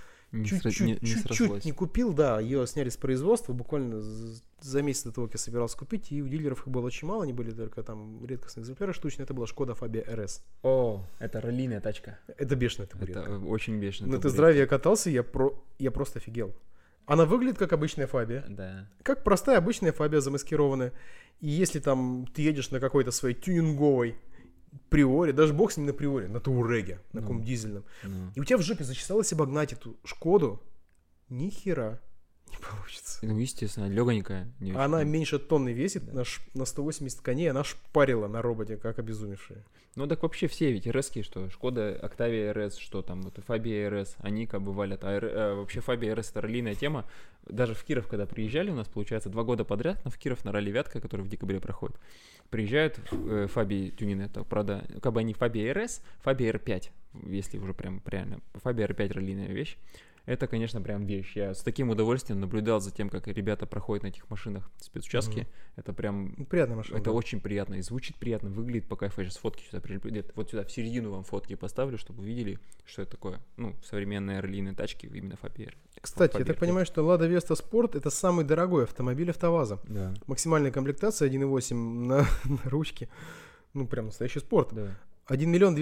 чуть-чуть не купил, да, ее сняли с производства, буквально за месяц до того, как я собирался купить, и у дилеров их было очень мало, они были только там редкостные экземпляры штучные, это была Шкода Фабия РС. Это раллийная тачка. Это бешеная табуретка. Это очень бешеная. На тест-драйве я катался, я просто офигел. Она выглядит как обычная Фабия. Да. Как простая обычная Фабия замаскированная. И если там ты едешь на какой-то своей тюнинговой Приоре, даже бог с ним на Приоре, на Туареге, на каком дизельном. И у тебя в жопе зачесалось обогнать эту Шкоду, ни хера не получится. Естественно, легонькая. Она меньше тонны весит, да. на 180 коней она шпарила на роботе, как обезумевшая. Так вообще все ведь РС-ки, что Шкода Октавия РС, что там, Фабия РС, они как бы валят. Вообще Фабия РС — это раллийная тема. Даже в Киров, когда приезжали, у нас, получается, 2 года подряд, в Киров на ралли Вятка, который в декабре проходит, приезжают Фабии тюнины, это, правда, как бы они Фабия РС, Фабия R5, если уже прям реально. Фабия R5 раллийная вещь. Это, конечно, прям вещь. Я с таким удовольствием наблюдал за тем, как ребята проходят на этих машинах спецучастки. Это прям... Приятная машина. Это очень приятно. И звучит приятно, выглядит по кайфу. Я сейчас фотки сюда прилеплю. Вот сюда, в середину вам фотки поставлю, чтобы вы видели, что это такое. Современные раллийные тачки, именно Фабия. Кстати, я так понимаю, что Lada Vesta Sport — это самый дорогой автомобиль АвтоВАЗа. Да. Максимальная комплектация 1.8 на ручке. Прям настоящий спорт. Да. 1 миллион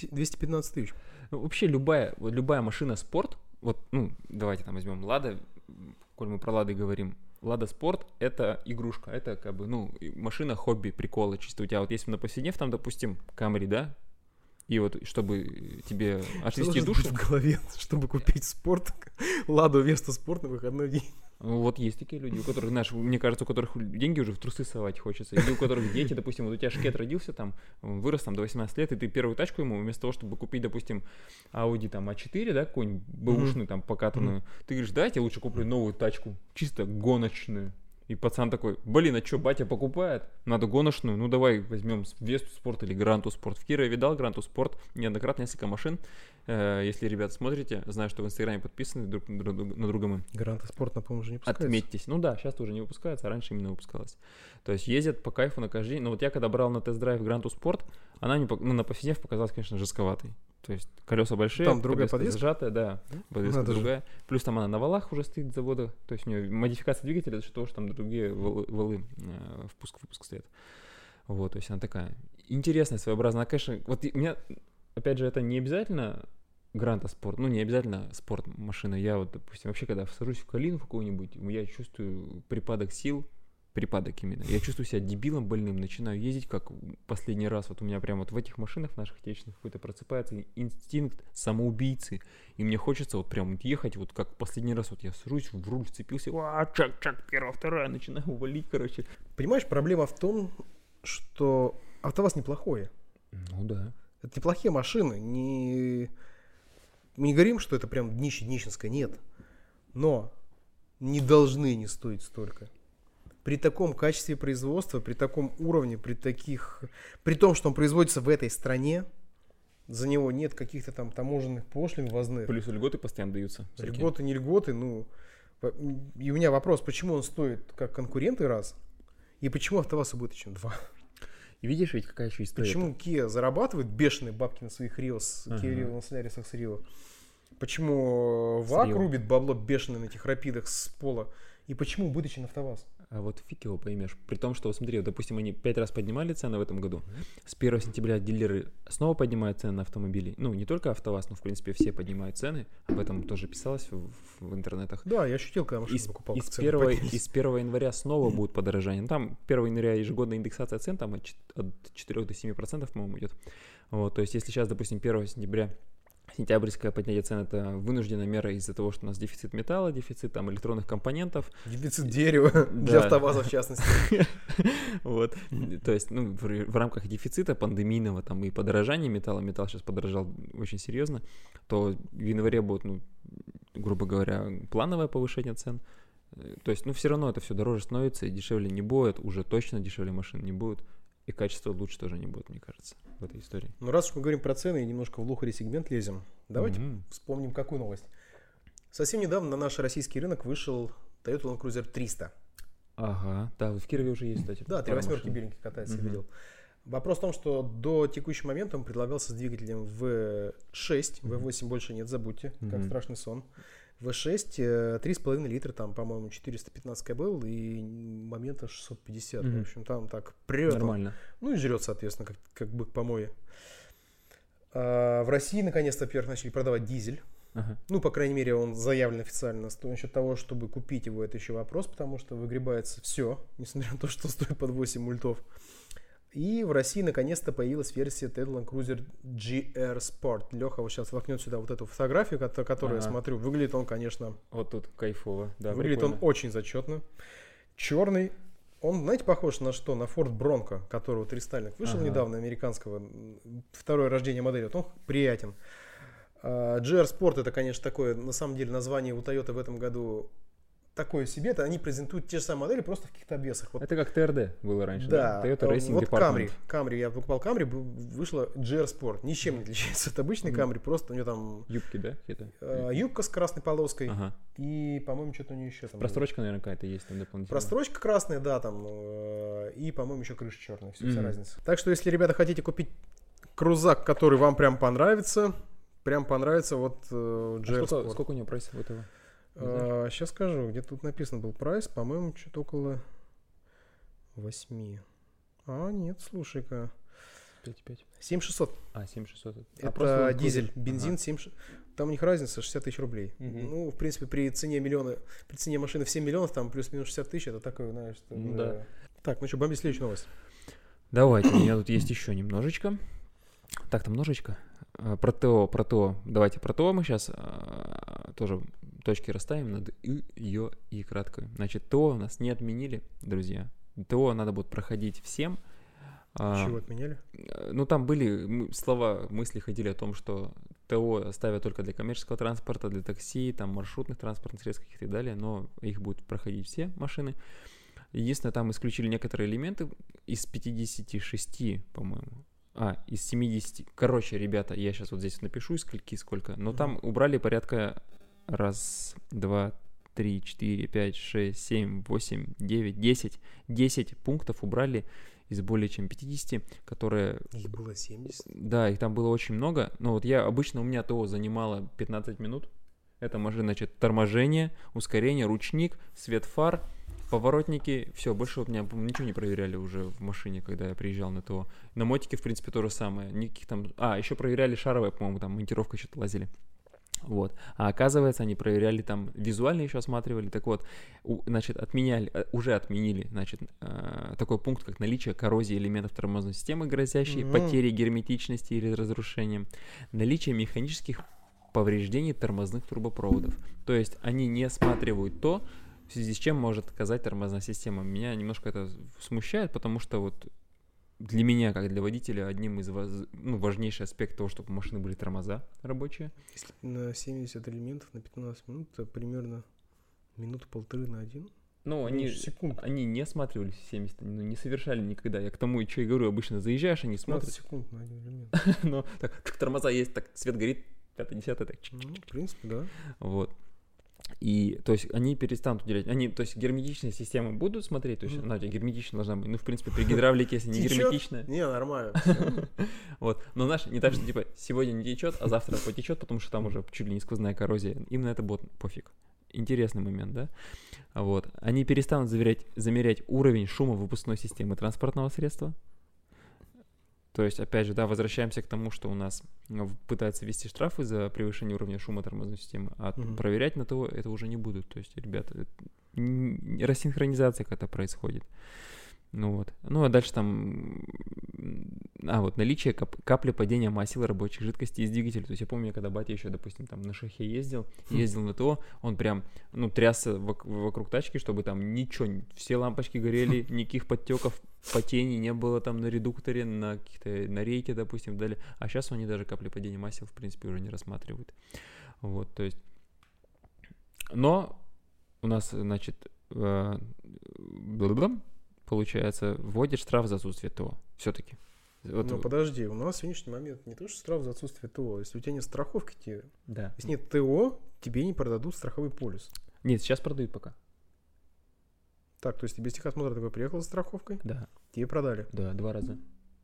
215 тысяч. Вообще любая машина спорт, давайте там возьмем Лада, коль мы про Лады говорим. Лада Спорт — это игрушка, это как бы, машина хобби, прикола чисто. У тебя вот если на повседневном, там, допустим, Камри, да, и вот чтобы тебе отвести душу в голове, чтобы купить спорт, Ладу Весту Спорт на выходной день. Вот есть такие люди, у которых, знаешь, мне кажется, у которых деньги уже в трусы совать хочется. Или у которых дети, допустим, вот у тебя шкет родился там, вырос там до 18 лет, и ты первую тачку ему, вместо того, чтобы купить, допустим, Audi там А4, да, какую-нибудь бэушную там покатанную, ты говоришь, дайте лучше куплю новую тачку, чисто гоночную. И пацан такой, а что, батя покупает? Надо гоночную, давай возьмем Весту Спорт или Гранту Спорт. В Кирове видал Гранту Спорт, неоднократно несколько машин. Если, ребята, смотрите, знаю, что в Инстаграме подписаны друг на друга мы. Гранта Спорт, напомню, уже не выпускается. Отметьтесь. Сейчас тоже не выпускается, а раньше именно выпускалась. То есть ездят по кайфу на каждый день. Но вот я когда брал на тест-драйв Гранту Спорт, она на повседнев показалась, конечно, жестковатой. То есть колеса большие, там другая подвеска сжатая, да, подвеска другая. Плюс там она на валах уже стоит с завода. То есть у нее модификация двигателя за счет того, что там другие валы впуск стоят. Вот, то есть она такая интересная, своеобразная. Конечно, вот у меня, опять же, это не обязательно Гранта Спорт, не обязательно спорт машина. Я вот, допустим, вообще, когда сажусь в Калину какую-нибудь, я чувствую припадок сил. Именно. Я чувствую себя дебилом больным, начинаю ездить, как последний раз. Вот у меня прям вот в этих машинах наших отечественных какой-то просыпается инстинкт самоубийцы. И мне хочется вот прям ехать, вот как последний раз. Вот я сажусь, в руль вцепился, чак, первая, вторая, начинаю валить, короче. Понимаешь, проблема в том, что АвтоВАЗ неплохое. Да. Это неплохие машины. Мы не говорим, что это прям днищенское, нет. Но не должны не стоить столько. При таком качестве производства, при таком уровне, при том, что он производится в этой стране, за него нет каких-то там таможенных пошлин ввозных. Плюс льготы постоянно даются. всякие. Льготы, не льготы, ну... И у меня вопрос, почему он стоит как конкуренты, раз, и почему АвтоВАЗ убыточен, два. И видишь, ведь какая еще история. Почему Kia зарабатывает бешеные бабки на своих Rio, Kia Rio, на Солярисах с Rio? Почему ВАК Rio. рубит бабло бешеное на этих рапидах с пола? И почему убыточен АвтоВАЗ? А вот фиг его поймешь. При том, что, смотри, вот, допустим, они 5 раз поднимали цены в этом году. С 1 сентября дилеры снова поднимают цены на автомобили. Ну, не только АвтоВАЗ, но, в принципе, все поднимают цены. Об этом тоже писалось в интернетах. Да, я ощутил, когда машину покупал. Из 1 января снова будут подорожания. Ну, там 1 января ежегодная индексация цен там от 4 до 7%, по-моему, идет. Вот, то есть, если сейчас, допустим, 1 сентября сентябрьское поднятие цен — это вынужденная мера из-за того, что у нас дефицит металла, дефицит там электронных компонентов. Дефицит дерева для АвтоВАЗа, в частности. Вот. То есть, ну, в рамках дефицита пандемийного там и подорожания металла сейчас подорожал очень серьезно, то в январе будет, ну, грубо говоря, плановое повышение цен. То есть, ну, все равно это все дороже становится, и дешевле не будет, уже точно дешевле машин не будет, и качество лучше тоже не будет, мне кажется, в этой истории. Ну, раз уж мы говорим про цены и немножко в лухари сегмент лезем, давайте вспомним, какую новость. Совсем недавно на наш российский рынок вышел Toyota Land Cruiser 300. Ага, да, в Кирове уже есть, кстати. Да, 3 восьмерки беленькие катается, я видел. Вопрос в том, что до текущего момента он предлагался с двигателем V6, V8 больше нет, забудьте, как страшный сон. V6, 3,5 литра, там, по-моему, 415 кб и момента 650. В общем, там так прет. Нормально. Ну и жрет, соответственно, как бык помои. В России, наконец-то, во-первых, начали продавать дизель. Ну, по крайней мере, он заявлен официально. Насчет того, чтобы купить его, это еще вопрос, потому что выгребается все, несмотря на то, что стоит под 8 мультов. И в России наконец-то появилась версия Toyota Land Cruiser GR Sport. Леха вот сейчас воткнет сюда вот эту фотографию, которую я смотрю. Выглядит он, конечно... Вот тут кайфово. Да, выглядит прикольно. он очень зачетно. Черный. Он, знаете, похож на что? На Ford Bronco, который вот рестайлинг вышел недавно, американского. Второе рождение модели. Вот он приятен. GR Sport — это, конечно, такое, на самом деле, название у Toyota в этом году такое себе. Это они презентуют те же самые модели, просто в каких-то обвесах. Вот. Это как ТРД было раньше, да? Toyota Racing вот Department. Camry, я покупал Camry, вышла GR Sport. Ничем не отличается от обычной Camry, просто у нее там... Юбки, да? Какие-то? Юбка с красной полоской. И, по-моему, что-то у нее еще там... Прострочка, наверное, какая-то есть там дополнительно. Прострочка красная, да, там. И, по-моему, еще крыша черная. Вся разница. Так что, если, ребята, хотите купить крузак, который вам прям понравится, вот GR Sport. Сколько у него прайс у этого? Сейчас скажу, где тут написан был прайс, по-моему, что-то около 8. Нет, слушай-ка. 5,5. 7600. 7600. Это дизель, бензин 7600. Там у них разница 60 тысяч рублей. Ну, в принципе, при цене машины в 7 миллионов, там плюс-минус 60 тысяч, это такое, знаешь, что... Да. Так, ну что, бомби, следующую новость. Давайте, у меня тут есть еще немножечко. Так, там немножечко. Про ТО. Давайте про ТО мы сейчас тоже точки расставим над ее и краткой. Значит, ТО у нас не отменили, друзья. ТО надо будет проходить всем. Чего отменяли? Ну, там были мысли ходили о том, что ТО ставят только для коммерческого транспорта, для такси, там маршрутных транспортных средств каких-то и далее, но их будут проходить все машины. Единственное, там исключили некоторые элементы из 56, по-моему. Из 70. Короче, ребята, я сейчас вот здесь напишу, сколько, но там убрали порядка 1, 2, 3, 4, 5, 6, 7, 8, 9, 10. 10 пунктов убрали из более чем 50, которые... Их было 70? Да, их там было очень много. Но вот обычно у меня ТО занимало 15 минут. Это машина, значит, торможение, ускорение, ручник, свет фар, поворотники, все, больше вот меня ничего не проверяли уже в машине, когда я приезжал на ТО. На мотике, в принципе, то же самое. Никаких там... еще проверяли шаровое, по-моему, там монтировкой что-то лазили. Вот. А оказывается, они проверяли там, визуально еще осматривали. Так вот, значит, уже отменили, значит, такой пункт, как наличие коррозии элементов тормозной системы, грозящей потерей герметичности или разрушением, наличие механических повреждений тормозных трубопроводов. То есть они не осматривают то, в связи с чем может отказать тормозная система. Меня немножко это смущает, потому что вот для меня, как для водителя, одним из важнейших аспектов того, чтобы у машины были тормоза рабочие. Если на 70 элементов на 15 минут, то примерно минуту полторы на один. Ну, они не осматривались 70, ну, не совершали никогда. Я к тому, что и говорю, обычно заезжаешь, они смотрят. 15 секунд на один элемент. Ну, так, тормоза есть, так, свет горит, 5-10, так. Ну, в принципе, да. Вот. И, то есть, они перестанут уделять. Они, то есть, герметичные системы будут смотреть, то есть, она у тебя герметичная должна быть. Ну, в принципе, при гидравлике, если не герметичная. Не, нормально. Вот. Но, знаешь, не так, что, типа, сегодня не течет, а завтра потечет, потому что там уже чуть ли не сквозная коррозия. Им на это будет пофиг. Интересный момент, да? Вот. Они перестанут замерять уровень шума выпускной системы транспортного средства. То есть, опять же, да, возвращаемся к тому, что у нас пытаются ввести штрафы за превышение уровня шума тормозной системы, а проверять на то это уже не будут. То есть, ребята, рассинхронизация какая-то происходит. Ну вот. Ну а дальше там... вот наличие капли падения масел рабочих жидкостей из двигателя. То есть я помню, когда батя еще, допустим, там на шахе ездил на ТО, он прям, трясся вокруг тачки, чтобы там ничего, все лампочки горели, никаких подтеков, потений не было там на редукторе, на каких-то, на рейке, допустим, далее. А сейчас они даже капли падения масел, в принципе, уже не рассматривают. Вот, то есть... Но у нас, значит... получается, вводит штраф за отсутствие ТО. Все-таки. Вот. Ну, подожди, у нас в сегодняшний момент не то, что штраф за отсутствие ТО. Если у тебя нет страховки, если нет ТО, тебе не продадут страховой полис. Нет, сейчас продают пока. Так, то есть ты без техосмотра такой приехал за страховкой? Да. Тебе продали? Да, 2 раза.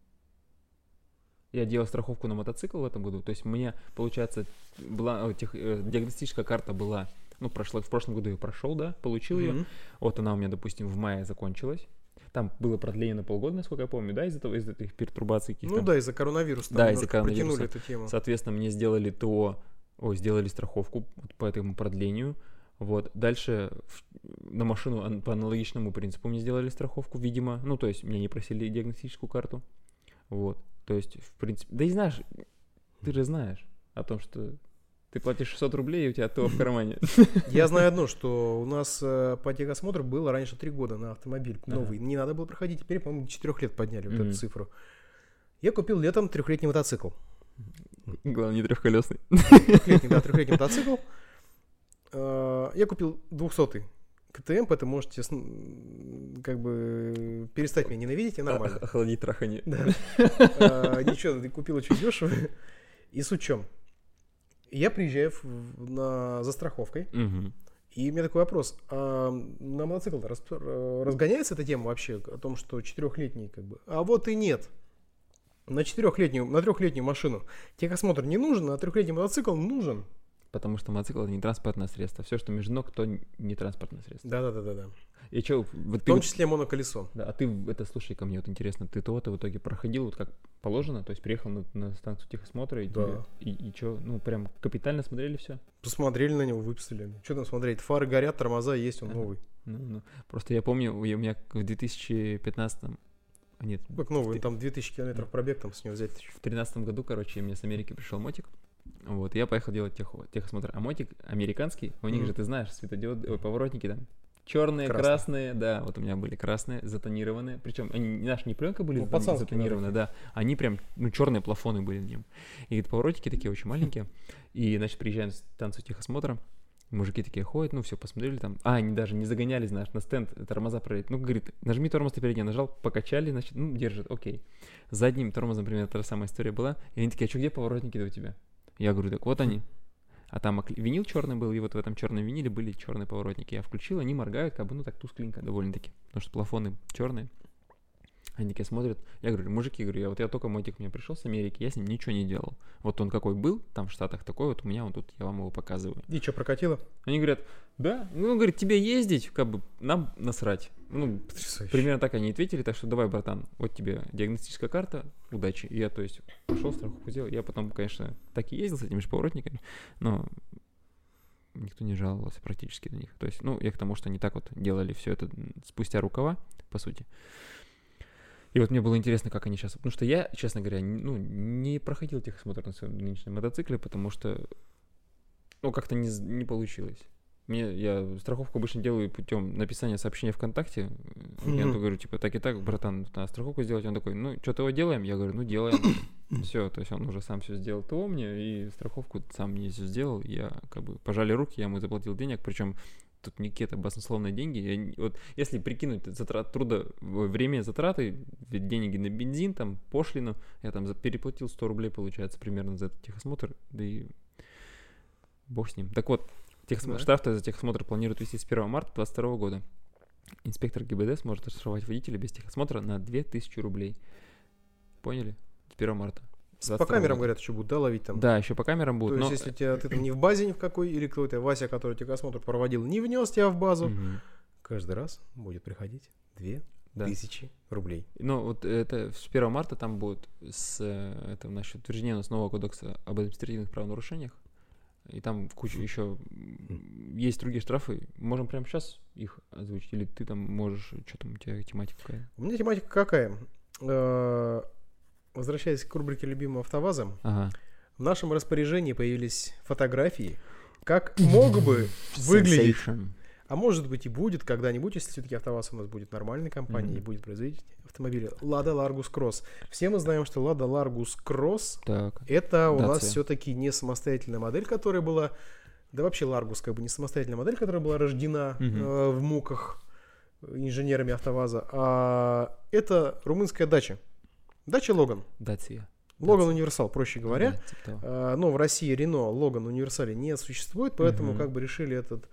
Я делал страховку на мотоцикл в этом году. То есть у меня, получается, была диагностическая карта была. Ну, в прошлом году я прошел, да, получил ее. Вот она у меня, допустим, в мае закончилась. Там было продление на полгода, насколько я помню, да, из-за этих пертурбаций каких-то. Ну да, из-за коронавируса. Да, из-за коронавируса. Протянули эту тему. Соответственно, мне сделали сделали страховку по этому продлению. Вот. Дальше на машину по аналогичному принципу мне сделали страховку, видимо. Ну, то есть меня не просили диагностическую карту. Вот. То есть, в принципе... Да и знаешь, ты же знаешь о том, что... Ты платишь 600 рублей, и у тебя ТО в кармане. Я знаю одно, что у нас по техосмотру было раньше 3 года на автомобиль новый. Не надо было проходить, теперь, по-моему, 4 лет подняли вот эту цифру. Я купил летом 3-летний мотоцикл. Главное, не трехколесный. Трехлетний мотоцикл. Я купил 200-й КТМ, поэтому можете как бы перестать меня ненавидеть, я нормально. Охладить траханье. Да. Ничего, ты купил очень дешево. И с учем. Я приезжаю за страховкой, и у меня такой вопрос. А на мотоцикл разгоняется эта тема вообще о том, что 4-летний как бы? А вот и нет. На 3-летнюю машину техосмотр не нужен, а 3-летний мотоцикл нужен. Потому что мотоцикл — это не транспортное средство. Все, что между ног, то не транспортное средство. Да. И что, в том числе моноколесо. Да, а ты слушай ко мне, вот интересно, ты ТО-то в итоге проходил вот как положено, то есть приехал на станцию техосмотра, и что, ну прям капитально смотрели все? Посмотрели на него, выписали. Что там смотреть? Фары горят, тормоза есть, он новый. Ну. Просто я помню, у меня в 2015-м, нет. Как новый, там 2000 километров пробег, там с него взять. В 2013 году, короче, мне с Америки пришел мотик. Вот, я поехал делать техосмотр. А мотик американский, у них же, ты знаешь, поворотники там черные, красные, да, вот у меня были красные, затонированные. Причем они, знаешь, не пленка были затонированные, да, они прям, черные плафоны были в нем. И поворотики такие очень маленькие. И, значит, приезжаем на станцию техосмотра, мужики такие ходят, все, посмотрели там. Они даже не загоняли, знаешь, на стенд тормоза проверить. Говорит, нажми тормоз, ты передний, нажал, покачали, значит, держит, окей. С задним тормозом, например, та же самая история была. И они такие, а что, где поворотники-то у тебя? Я говорю, так вот они. А там винил черный был, и вот в этом черном виниле были черные поворотники. Я включил, они моргают, как бы, так тускленько довольно-таки. Потому что плафоны черные. Они такие смотрят. Я говорю, мужики, я только мотик мне пришел с Америки, я с ним ничего не делал. Вот он какой был, там в Штатах такой, вот у меня он тут, я вам его показываю. И что, прокатило? Они говорят, да, говорит, тебе ездить, как бы, нам насрать. Примерно так они ответили, так что давай, братан, вот тебе диагностическая карта, удачи. И я, то есть, пошел, страховку сделал. Я потом, конечно, так и ездил с этими же поворотниками, но никто не жаловался практически на них. То есть, я к тому, что они так вот делали все это спустя рукава, по сути. И вот мне было интересно, как они сейчас... Потому что я, честно говоря, не проходил техосмотр на своем нынешнем мотоцикле, потому что, как-то не получилось. Я страховку обычно делаю путем написания сообщения ВКонтакте. Я говорю, так и так, братан, надо страховку сделать. Он такой, что-то его делаем? Я говорю, делаем. Все, то есть он уже сам все сделал ТО мне, и страховку сам мне все сделал. Я как бы пожали руки, я ему заплатил денег, причем тут не какие-то баснословные деньги. Вот если прикинуть время затраты, деньги на бензин, там, пошлину, я там переплатил 100 рублей, получается, примерно за этот техосмотр, да и бог с ним. Так вот, штрафы за техосмотр планируют ввести с 1 марта 2022 года. Инспектор ГИБДД сможет оштрафовать водителя без техосмотра на 2000 рублей. Поняли? С 1 марта. По камерам, говорят, еще будут, да, ловить там? Да, еще по камерам будут. То есть, если ты там не в базе ни в какой, или кто-то, Вася, который техосмотр проводил, не внес тебя в базу, каждый раз будет приходить 2000 рублей. Ну, вот это с 1 марта там будет это насчет утверждения у нас нового кодекса об административных правонарушениях. И там куча еще есть другие штрафы. Можем прямо сейчас их озвучить? Или ты там можешь... Что там у тебя тематика какая? У меня тематика какая? Возвращаясь к рубрике «Любимого АвтоВАЗа», в нашем распоряжении появились фотографии, как мог бы выглядеть, а может быть и будет когда-нибудь, если все-таки АвтоВАЗ у нас будет нормальной компанией и будет производить автомобили, Lada Largus Cross. Все мы знаем, что Lada Largus Cross это у нас все-таки не самостоятельная модель, которая была, да вообще Largus как бы не самостоятельная модель, которая была рождена в муках инженерами АвтоВАЗа, а это румынская дача. Дача Логан. Логан Универсал, проще говоря. Но в России Рено Логан Универсале не существует, поэтому как бы решили этот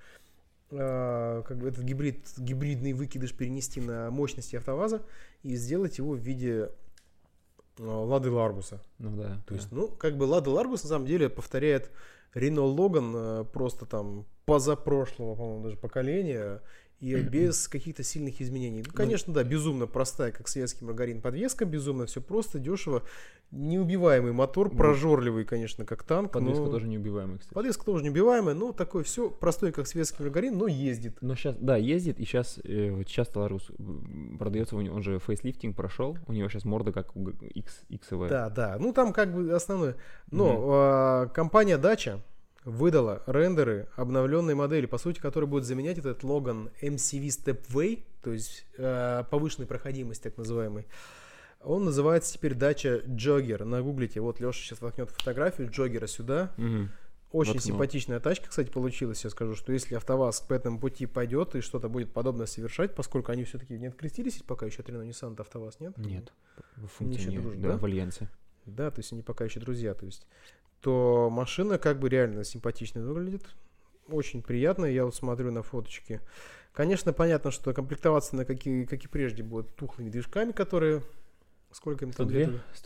гибридный выкидыш перенести на мощности АвтоВАЗа и сделать его в виде Лады Ларгуса. То есть, как бы Лада Ларгус на самом деле повторяет Рено Логан просто там позапрошлого, по-моему, даже поколения, и без каких-то сильных изменений. Ну, конечно, да, безумно простая, как советский маргарин, подвеска, безумно все просто, дешево, неубиваемый мотор, прожорливый, конечно, как танк. Подвеска тоже неубиваемая, кстати. Подвеска тоже неубиваемая, но такой все простой, как советский маргарин, но ездит. Но сейчас, да, ездит, и сейчас Ларгус продается, он же фейслифтинг прошел, у него сейчас морда как у X-овая. Да, ну там как бы основное. Но компания Dacia выдала рендеры обновленной модели, по сути, которая будет заменять этот Logan MCV Stepway, то есть повышенной проходимости, так называемый. Он называется теперь Dacia Jogger. Нагуглите, вот Леша сейчас воткнет фотографию Джоггера сюда. Очень симпатичная тачка, кстати, получилась. Я скажу, что если АвтоВАЗ по этому пути пойдет и что-то будет подобное совершать, поскольку они все-таки не открестились, пока еще от Renault Nissan АвтоВАЗ нет? Нет. Они еще дружат, да? В альянсе. Да, то есть они пока еще друзья, то машина как бы реально симпатично выглядит. Очень приятная. Я вот смотрю на фоточки. Конечно, понятно, что комплектоваться как и прежде будут тухлыми движками, которые... Сколько им там?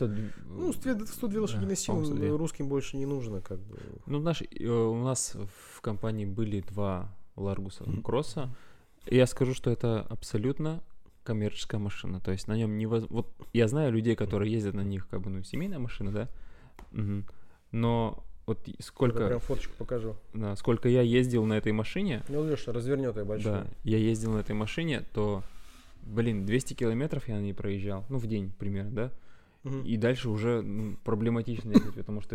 102 лошадиные силы русским больше не нужно. Как бы. Ну, у нас в компании были 2 Ларгуса Кросса. И я скажу, что это абсолютно коммерческая машина. То есть на нем невозможно... Вот я знаю людей, которые ездят на них, как бы, семейная машина, да? Но вот сколько... Я прям фоточку покажу. Да, сколько я ездил на этой машине... Ну, Леша, развернет ее большую. Да, я ездил на этой машине, то, 200 километров я на ней проезжал. Ну, в день примерно, да? И дальше уже проблематично ехать, потому что,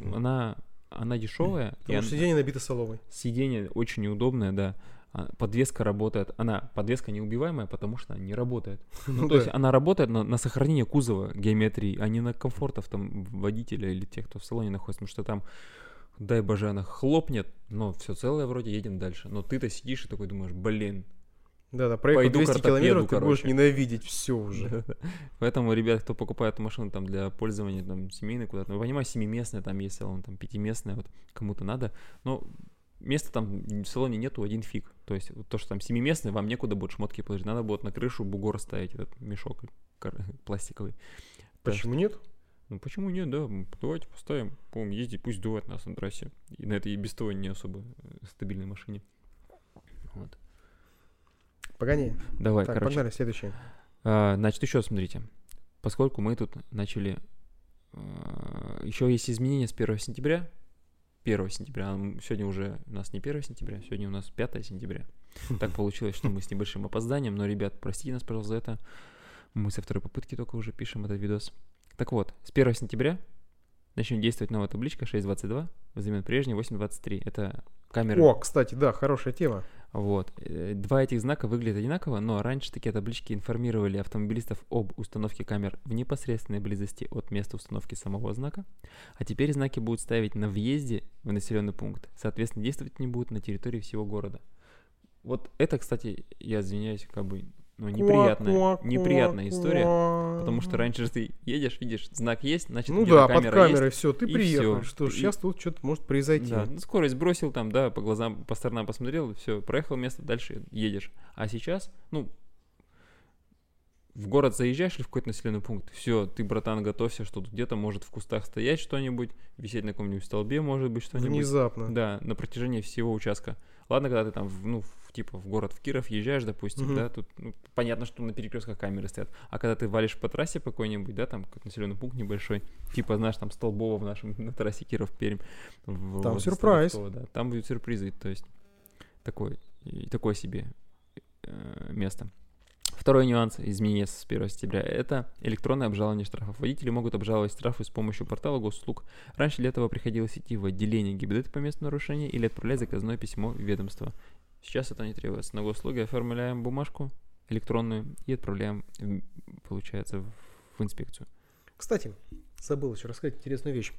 она дешевая. Потому что сиденье набито соломой. Сиденье очень неудобное, да. Подвеска работает. Подвеска неубиваемая, потому что она не работает. То есть она работает на сохранение кузова геометрии, а не на комфортов там водителя или тех, кто в салоне находится. Потому что там, дай боже, она хлопнет, но все целое вроде, едем дальше. Но ты-то сидишь и такой думаешь, Да, проехав 200 километров, ты будешь ненавидеть все уже. Поэтому, ребят, кто покупает машину там для пользования там семейной куда-то, понимаю, 7-местная, там есть салон, там 5-местная, вот кому-то надо, но места там в салоне нету, один фиг. То есть то, что там 7-местный, вам некуда будет шмотки положить, надо будет на крышу бугор ставить, этот мешок пластиковый. Почему нет? Ну почему нет, да, давайте поставим, будем ездить, пусть дует нас на трассе. И на этой и без того не особо стабильной машине. Вот. Погони. Давай, так, погнали, следующее. Значит, еще смотрите. Поскольку мы тут начали... Еще есть изменения с 1 сентября. 1 сентября. Сегодня уже у нас не 1 сентября, сегодня у нас 5 сентября. Так получилось, что мы с небольшим опозданием. Но, ребят, простите нас, пожалуйста, за это. Мы со второй попытки только уже пишем этот видос. Так вот, с 1 сентября начнет действовать новая табличка 6.22 взамен прежней 8.23. Это камеры. О, кстати, да, хорошая тема. Вот. 2 этих знака выглядят одинаково, но раньше такие таблички информировали автомобилистов об установке камер в непосредственной близости от места установки самого знака, а теперь знаки будут ставить на въезде в населенный пункт, соответственно, действовать они будут на территории всего города. Вот это, кстати, я извиняюсь, как бы, ну, неприятная история, потому что раньше же ты едешь, видишь, знак есть, значит, Ну где-то да, под камера камерой есть, все, ты и приехал. всё. Что ж, И- сейчас тут что-то может произойти. Да, ну, скорость бросил там, да, по глазам, по сторонам посмотрел, все, проехал место, дальше едешь. А сейчас, ну, в город заезжаешь или в какой-то населенный пункт, все, ты, братан, готовься, что тут где-то может в кустах стоять что-нибудь, висеть на каком-нибудь столбе, может быть, что-нибудь. Внезапно. Да, на протяжении всего участка. Ладно, когда ты там, типа в город, в Киров езжаешь, допустим, Мгм. да, тут понятно, что на перекрестках камеры стоят. А когда ты валишь по трассе по какой-нибудь, да, там какой-то населенный пункт небольшой, типа, знаешь, там Столбово в нашем на трассе Киров-Пермь. Там возле сюрприз. Столбовского, да, там будут сюрпризы, то есть такое себе место. Второй нюанс изменения с 1 сентября – это электронное обжалование штрафов. Водители могут обжаловать штрафы с помощью портала госуслуг. Раньше для этого приходилось идти в отделение ГИБДД по месту нарушения или отправлять заказное письмо в ведомство. Сейчас это не требуется. На госуслуги оформляем бумажку электронную и отправляем, получается, в инспекцию. Кстати, забыл еще рассказать интересную вещь.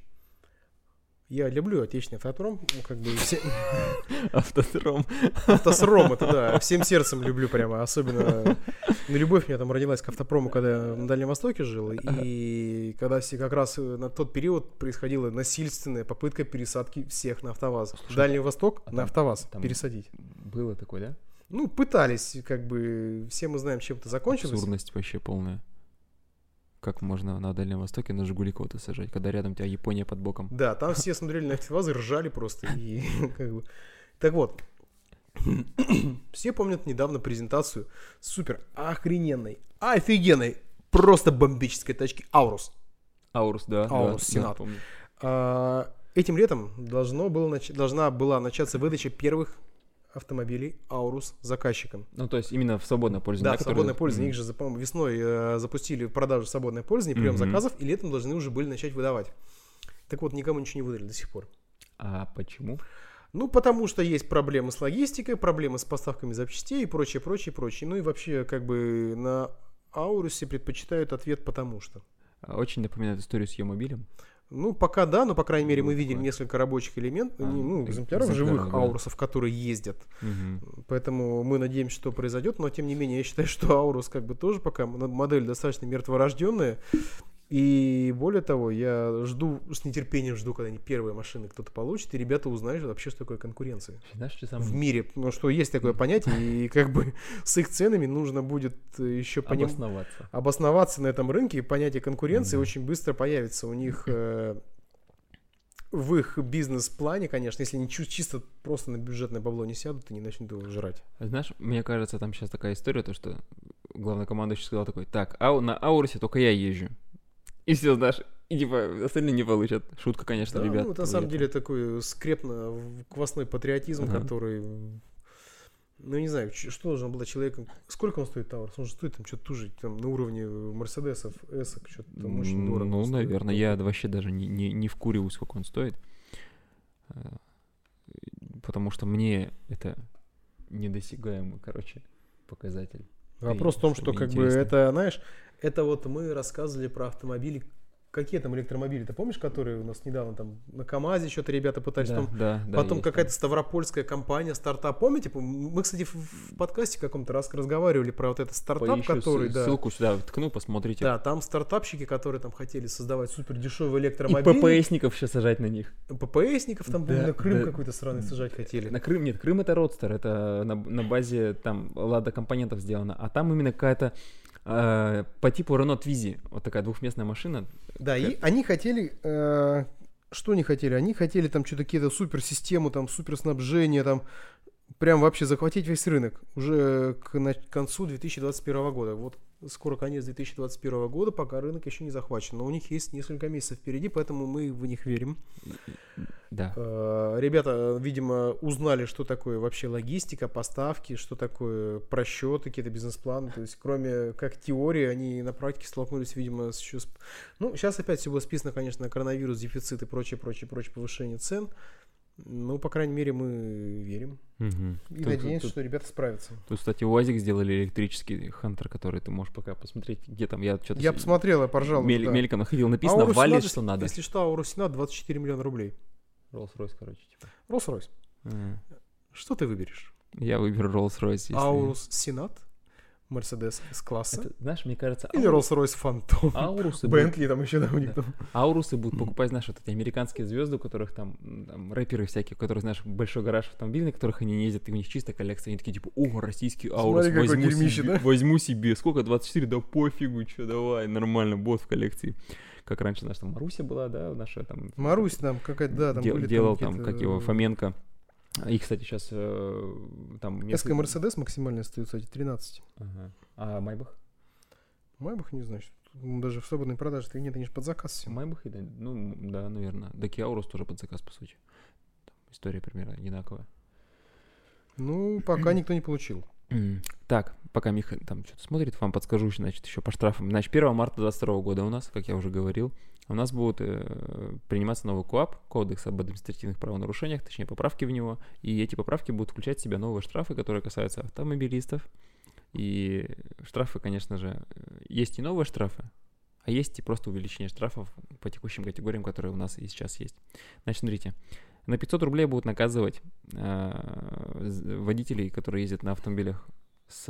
Я люблю отечественный автопром, как бы Автодром. автосром, это да, всем сердцем люблю прямо, особенно любовь у меня там родилась к автопрому, когда я на Дальнем Востоке жил, и когда как раз на тот период происходила насильственная попытка пересадки всех на АвтоВАЗ. Дальний Восток на АвтоВАЗ пересадить. Было такое, да? Ну, пытались, как бы, все мы знаем, чем это закончилось. Абсурдность вообще полная. Как можно на Дальнем Востоке на Жигули кого-то сажать, когда рядом у тебя Япония под боком? Да, там все смотрели на АвтоВАЗы, ржали просто. И, как бы. Так вот, все помнят недавно презентацию супер охрененной, офигенной, просто бомбической тачки Аурус. Аурус, да. Аурус, да, Сенат. помню. Этим летом должна была начаться выдача первых автомобилей Аурус заказчикам. Ну, то есть именно в свободное пользование. Да, в свободное пользование. Их же, по-моему, весной запустили в продажу свободное пользование, прием заказов, и летом должны уже были начать выдавать. Так вот, никому ничего не выдали до сих пор. А почему? Ну, потому что есть проблемы с логистикой, проблемы с поставками запчастей и прочее, прочее, прочее. Ну и вообще, как бы на Аурусе предпочитают ответ «потому что». Очень напоминает историю с Е-мобилем. Ну, пока да, но, по крайней мере, мы Ну, видели такое. несколько рабочих элементов, экземпляров экземпляров, живых да. Аурусов, которые ездят. Поэтому мы надеемся, что произойдет, но, тем не менее, я считаю, что Аурус как бы тоже пока модель достаточно мертворожденная. И более того, я с нетерпением жду, когда они первые машины кто-то получит, и ребята узнают вообще, что такое конкуренция Знаешь, что в самое мире. Ну, что есть такое понятие, и как бы с их ценами нужно будет еще обосноваться? обосноваться на этом рынке, и понятие конкуренции Мгм. очень быстро появится у них в их бизнес-плане, конечно, если они чисто просто на бюджетное бабло не сядут и не начнут его жрать. Знаешь, мне кажется, там сейчас такая история, то что главнокомандующий сказал такой: так, на Аурусе только я езжу. И все, знаешь, и типа остальные не получат. Шутка, конечно, Да, ребят. ну, это на самом деле такой скрепно-квасной патриотизм, Ага. который... Ну, не знаю, что должен был человеком... Сколько он стоит, Таурус? Он же стоит там что-то тужить, там на уровне Мерседесов, Эсок, что-то там очень дорого. Ну, стоит. наверное, я вообще даже не вкуриваю, сколько он стоит. Потому что мне это недосягаемый, короче, показатель. Вопрос в том, что мне как бы интересно. это, знаешь, это вот мы рассказывали про автомобили. Какие там электромобили, ты помнишь, которые у нас недавно там на КамАЗе что-то ребята пытались, Да, да, потом есть какая-то ставропольская компания, стартап, помните? Мы, кстати, в подкасте каком-то раз разговаривали про вот этот стартап, Поищу который, да, ссылку сюда ткну, посмотрите. да, там стартапщики, которые там хотели создавать супер дешевый И электромобиль, ППСников сейчас сажать на них. ППСников там, Да, на Крым да. какой-то сраный сажать хотели. На Крым нет, Крым это Родстер, это на базе там Лада компонентов сделано, а там именно какая-то по типу Renault Twizy, вот такая двухместная машина. Да, и они хотели, что они хотели? Они хотели там что-то какие-то суперсистему, там суперснабжение, там прям вообще захватить весь рынок уже к концу 2021 года. Вот скоро конец 2021 года, пока рынок еще не захвачен. Но у них есть несколько месяцев впереди, поэтому мы в них верим. Да. Ребята, видимо, узнали, что такое вообще логистика, поставки, что такое просчеты, какие-то бизнес-планы. То есть, кроме как теории, они на практике столкнулись, видимо, Ну, сейчас опять все было списано, конечно, на коронавирус, дефицит и прочее, повышение цен. Ну, по крайней мере, мы верим. И надеемся, что ребята справятся. Тут, кстати, УАЗик сделали электрический Хантер, который ты можешь пока посмотреть, где там. Я что-то Я посмотрел, я поржал. мельком находил, написано Аурус «Валит, Сенат, что надо». Если что, Аурус Сенат 24 миллиона рублей. Rolls-Royce, короче, типа. Rolls-Royce. Ага. Что ты выберешь? Я выберу Rolls-Royce. если- Аурус Сенат, Мерседес С-класса. Это, знаешь, мне кажется, Или Rolls-Royce Phantom. аурусы будут- Бентли там еще, да, у них Да. там. Аурусы будут покупать, знаешь, вот эти американские звезды, у которых там рэперы всякие, у которых, знаешь, большой гараж автомобилей, на которых они не ездят, и у них чисто коллекция. Они такие, типа, о, российский Аурус, Смотри, какое дерьмище, себе, да? возьму себе. Сколько, 24? Да пофигу, что, давай, нормально, бот в коллекции. Как раньше наша там Маруся была, да, наша там... Марусь там какая-то, да, там были делал там там, какие-то, как его, Фоменко. И, кстати, сейчас там... СК Мерседес максимально стоит, кстати, 13. Ага. А Майбах? Майбах, не знаю, даже в свободной продаже нет, они же под заказ все. Майбах, да, ну, да, наверное. Да, Аурус тоже под заказ, по сути. Там история примерно одинаковая. Ну, пока никто не получил. Так, пока Миха там что-то смотрит, вам подскажу, значит, еще по штрафам. Значит, 1 марта 2022 года у нас, как я уже говорил, у нас будет приниматься новый КоАП, Кодекс об административных правонарушениях, точнее, поправки в него, и эти поправки будут включать в себя новые штрафы, которые касаются автомобилистов. И штрафы, конечно же, есть и новые штрафы, а есть и просто увеличение штрафов по текущим категориям, которые у нас и сейчас есть. Значит, смотрите, на 500 рублей будут наказывать водителей, которые ездят на автомобилях с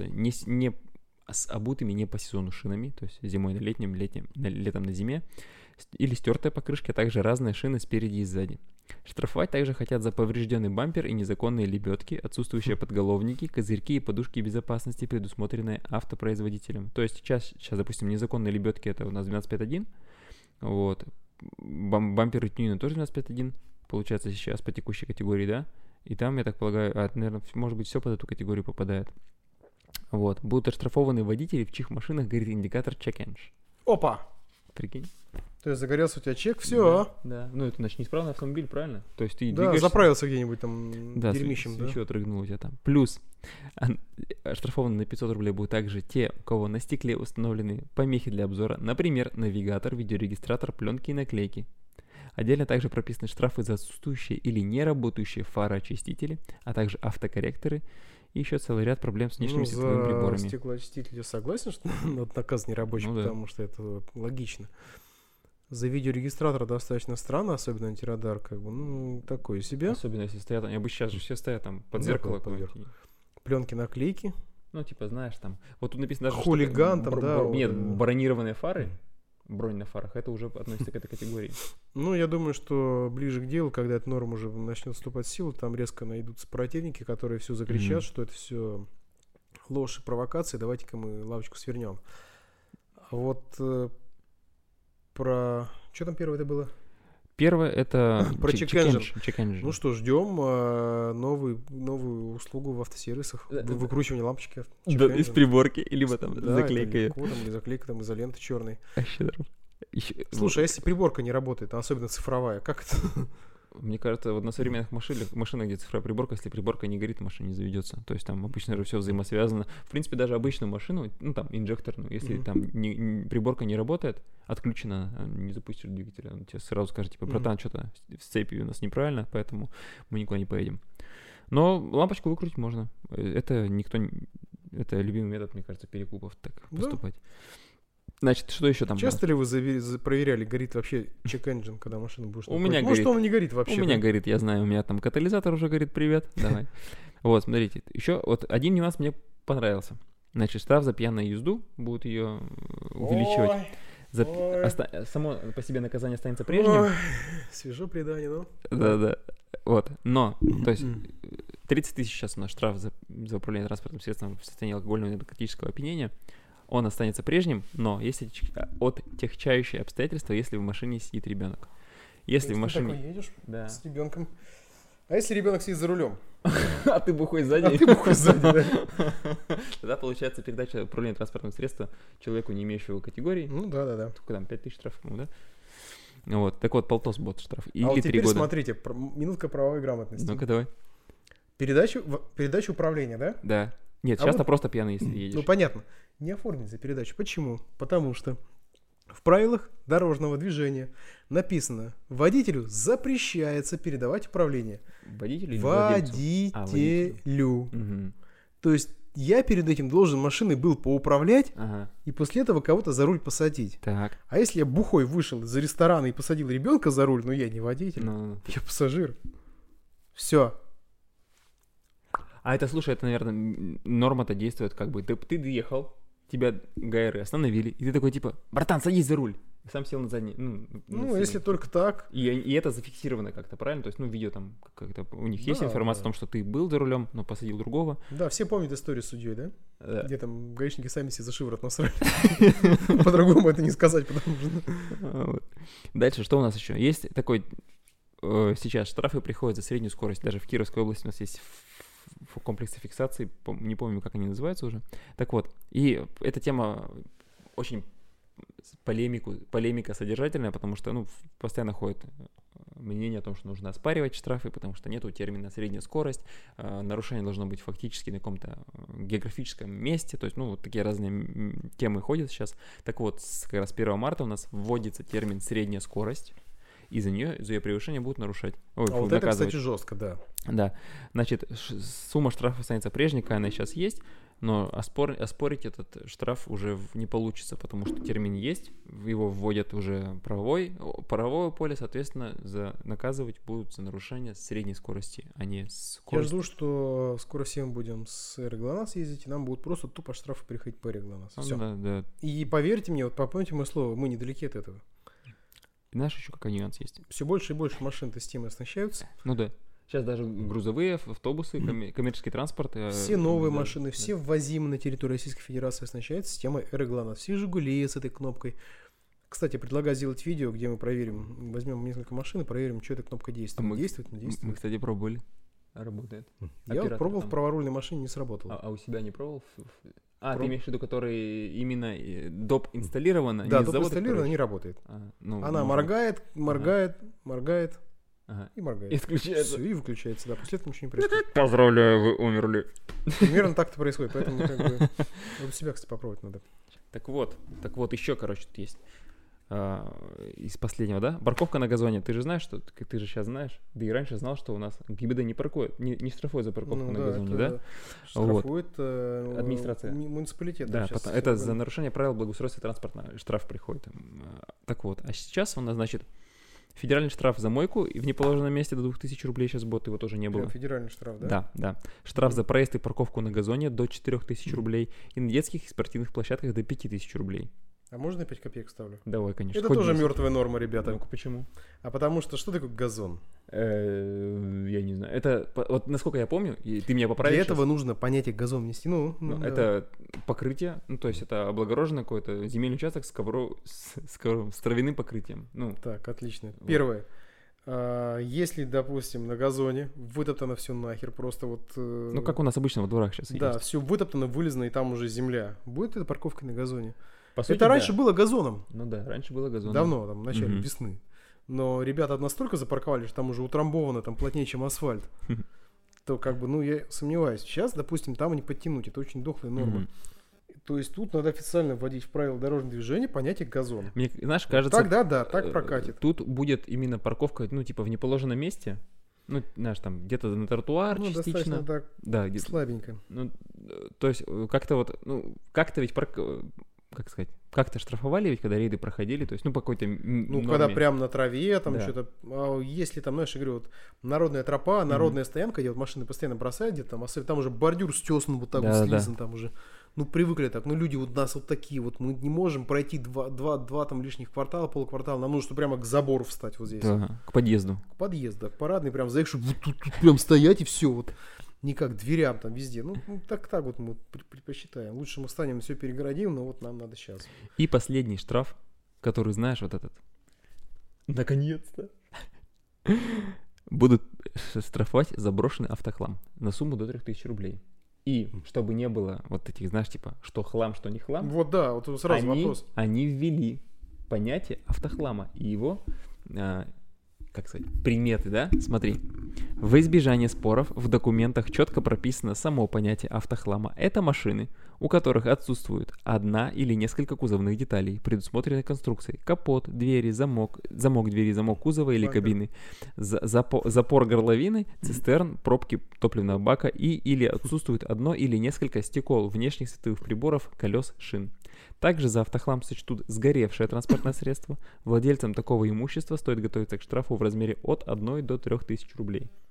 обутыми не по сезону шинами, то есть зимой на летнем, летом на зиме, или стертые покрышки, а также разные шины спереди и сзади. Штрафовать также хотят за поврежденный бампер и незаконные лебедки, отсутствующие подголовники, козырьки и подушки безопасности, предусмотренные автопроизводителем. То есть сейчас, допустим, незаконные лебедки это у нас 12.5.1, вот, бамперы тюнинга тоже 12.5.1, получается сейчас по текущей категории, да, и там, я так полагаю, наверное, может быть, все под эту категорию попадает. Вот, будут оштрафованы водители, в чьих машинах горит индикатор check-engine. Опа! Прикинь? То есть загорелся у тебя чек, все. Да, ну это значит неисправный автомобиль, правильно? То есть ты Да, двигаешься... заправился где-нибудь там Да, дерьмищем, да? свечу отрыгнул у тебя там. Плюс оштрафованы на 500 рублей будут также те, у кого на стекле установлены помехи для обзора, например, навигатор, видеорегистратор, пленки и наклейки. Отдельно также прописаны штрафы за отсутствующие или неработающие фароочистители, а также автокорректоры и еще целый ряд проблем с внешними световыми приборами. За стеклоочиститель я согласен, что надо наказ нерабочий, Ну да. потому что это логично. За видеорегистратор достаточно странно, особенно антирадар, как бы, ну, такое себе. Особенно если стоят, они обычно сейчас же все стоят там под Зеркало зеркало. поверх. какое-нибудь. Пленки, наклейки. Ну, типа, знаешь, там... Вот тут написано даже, Хулиган что... там, да, вот, Нет, да. бронированные фары, бронь на фарах, это уже относится к этой категории. Ну, я думаю, что ближе к делу, когда эта норма уже начнет вступать в силу, там резко найдутся противники, которые все закричат, Мгм. что это все ложь и провокация, давайте-ка мы лавочку свернем. А вот про... Что там первое это было? Первое это Про check-engine. check-engine. Ну что, ждем новую услугу в автосервисах. Выкручивание лампочки. Да, из приборки, либо там Да, заклейкой. это или заклейка там изоленты черной. Вообще здорово. Слушай, а если приборка не работает, а особенно цифровая, как это? Мне кажется, вот на современных машинах, где цифровая приборка, если приборка не горит, машина не заведется. То есть там обычно же все взаимосвязано. В принципе, даже обычную машину, ну там инжекторную, если Мгм. там приборка не работает, отключена, не запустишь двигатель, он тебе сразу скажет, типа, братан, что-то с цепью у нас неправильно, поэтому мы никуда не поедем. Но лампочку выкрутить можно. Это это любимый метод, мне кажется, перекупов так Да. поступать. Значит, что еще там? Часто ли вы проверяли, горит вообще check-engine, когда машина будешь У меня накручивать? горит. Может, он не горит вообще. У меня да? горит, я знаю, у меня там катализатор уже горит, привет, давай. Вот, смотрите, еще вот один нюанс мне понравился. Значит, штраф за пьяную езду, будут ее увеличивать. Ой, За- ой. Само по себе наказание останется прежним. ой, свежо предание, ну. Да-да. Вот. Но, то есть, 30 тысяч сейчас у нас штраф за управление транспортным средством в состоянии алкогольного и наркотического опьянения. Он останется прежним, но если отягчающие обстоятельства, если в машине сидит ребенок. Если в Ты машине... такой едешь Да. с ребенком. А если ребенок сидит за рулем? А ты бухой сзади. А ты бухой сзади, да? Тогда получается передача управления транспортным средством человеку, не имеющего категории. Ну да. Сколько там, 5000 штрафов, по-моему, да? Вот, так вот, полтос бот штраф. Или А вот 3 теперь года. смотрите, минутка правовой грамотности. Ну-ка, давай. Передача управления, да? Да. Нет, А часто вот- просто пьяный, если едешь. Ну понятно. Не оформлен за передачу. Почему? Потому что в правилах дорожного движения написано: водителю запрещается передавать управление. Водителю или владельцу? Водителю. Мгм. То есть я перед этим должен машиной был поуправлять Ага. и после этого кого-то за руль посадить. Так. А если я бухой вышел из ресторана и посадил ребенка за руль, ну я не водитель, Ну, я пассажир. Все. А это, слушай, это, наверное, норма-то действует как бы. Ты доехал, тебя ГР остановили, и ты такой, типа, братан, садись за руль. И сам сел на задний. Ну, если только так. И это зафиксировано как-то, правильно? То есть, видео там, как-то у них есть информация о том, что ты был за рулем, но посадил другого. Да, все помнят историю с судьей, да? Где там гаишники сами себе за шиворот насрали. По-другому это не сказать, потому что... Дальше, что у нас еще? Есть такой... Сейчас штрафы приходят за среднюю скорость. Даже в Кировской области у нас есть комплексы фиксации. Не помню, как они называются уже. Так вот, и эта тема очень... полемика содержательная, потому что, постоянно ходит мнение о том, что нужно оспаривать штрафы, потому что нету термина средняя скорость, нарушение должно быть фактически на каком-то географическом месте, то есть, вот такие разные темы ходят сейчас. Так вот, как раз 1 марта у нас вводится термин средняя скорость, и за ее превышение будут нарушать. Вот это, кстати, жестко, да. Да, значит, сумма штрафа останется прежней, какая она сейчас есть, но оспорить этот штраф уже не получится, потому что термин есть, его вводят уже правовое поле, соответственно, наказывать будут за нарушение средней скорости, а не скорости. Я жду, что скоро все мы будем с РГЛАНАСС ездить, и нам будут просто тупо штрафы приходить по РГЛАНАСС. Все. Да. И поверьте мне, попомните мое слово, мы недалеки от этого. Знаешь, еще какой нюанс есть? Все больше и больше машин тестимы оснащаются. Ну да. Сейчас даже грузовые автобусы, коммерческий транспорт. Все новые машины, все ввозимые на территорию Российской Федерации оснащаются системой РГЛАНАСС. Все «Жигули» с этой кнопкой. Кстати, предлагаю сделать видео, где мы проверим, возьмем несколько машин и проверим, что эта кнопка действует. Действует, не действует. Мы, кстати, пробовали. Работает. Я пробовал в праворульной машине, не сработало. А у себя не пробовал? Ты имеешь в виду, который именно доп. Инсталлировано? Да, доп. Инсталлировано, не работает. Она моргает, и моргает. И отключается. Все, и выключается, да. После этого ничего не происходит. Поздравляю, вы умерли. Примерно так-то происходит, поэтому вот у себя, кстати, попробовать надо. Так вот, еще, тут есть. Из последнего, да? Парковка на газоне. Ты же знаешь, что ты же сейчас знаешь, да и раньше знал, что у нас ГИБДД не паркует, не штрафует за парковку на газоне, да? Штрафует администрация. Муниципалитет. Да, это за нарушение правил благоустройства транспорта штраф приходит. Так вот, а сейчас у нас, значит, федеральный штраф за мойку и в неположенном месте до 2000 рублей сейчас будет, его тоже не было. Федеральный штраф, да? Да. Штраф за проезд и парковку на газоне до 4000 рублей и на детских и спортивных площадках до 5000 рублей. А можно 5 копеек ставлю? Давай, конечно. Это тоже мертвая норма, ребята. Ну-ка, почему? А потому что такое газон? Я не знаю. Это, вот насколько я помню, и ты меня поправишь. Для этого нужно понятие газон внести. Это покрытие, то есть это облагороженный какой-то земельный участок с травяным покрытием. Так, отлично. Вот. Первое. Если, допустим, на газоне вытоптано все нахер, просто вот... как у нас обычно во дворах сейчас. Да, все вытоптано, вылезано, и там уже земля. Будет это парковкой на газоне? По сути, это раньше было газоном. Раньше было газоном. Давно, в начале весны. Но ребята настолько запарковали, что там уже утрамбовано, там плотнее, чем асфальт. То я сомневаюсь. Сейчас, допустим, там не подтянуть. Это очень дохлая норма. То есть тут надо официально вводить в правила дорожного движения понятие газон. Мне, знаешь, кажется... Тогда да, так прокатит. Тут будет именно парковка, в неположенном месте. Там где-то на тротуар частично. Достаточно так слабенько. То есть как-то как-то ведь... Как сказать, как-то штрафовали ведь, когда рейды проходили, то есть, по какой-то норме. Когда прям на траве, там что-то, если там, знаешь, я говорю, народная тропа, народная стоянка, где машины постоянно бросают, где-то там уже бордюр стесан, вот так слизан, там уже, привыкли так, люди вот нас вот такие вот, мы не можем пройти два там лишних квартала, полквартала, нам нужно, чтобы прямо к забору встать вот здесь. Да, к подъезду. К подъезду, к парадной, прям заехать, чтобы вот тут прям стоять и все, вот. Не как дверям там везде. Так вот мы предпочитаем. Лучше мы встанем, все перегородим, но вот нам надо сейчас. И последний штраф, который знаешь, вот этот. Наконец-то. Будут штрафовать заброшенный автохлам на сумму до 3000 рублей. И чтобы не было вот этих, знаешь, что хлам, что не хлам. Вот да, вот сразу вопрос. Они ввели понятие автохлама и его... приметы, да? Смотри. Во избежание споров в документах четко прописано само понятие автохлама. Это машины, у которых отсутствует одна или несколько кузовных деталей, предусмотренной конструкцией. Капот, двери, замок двери, замок кузова или кабины, запор горловины, цистерн, пробки топливного бака или отсутствует одно или несколько стекол, внешних световых приборов, колес, шин. Также за автохлам сочтут сгоревшее транспортное средство. Владельцам такого имущества стоит готовиться к штрафу в размере от 1 до 3000 рублей.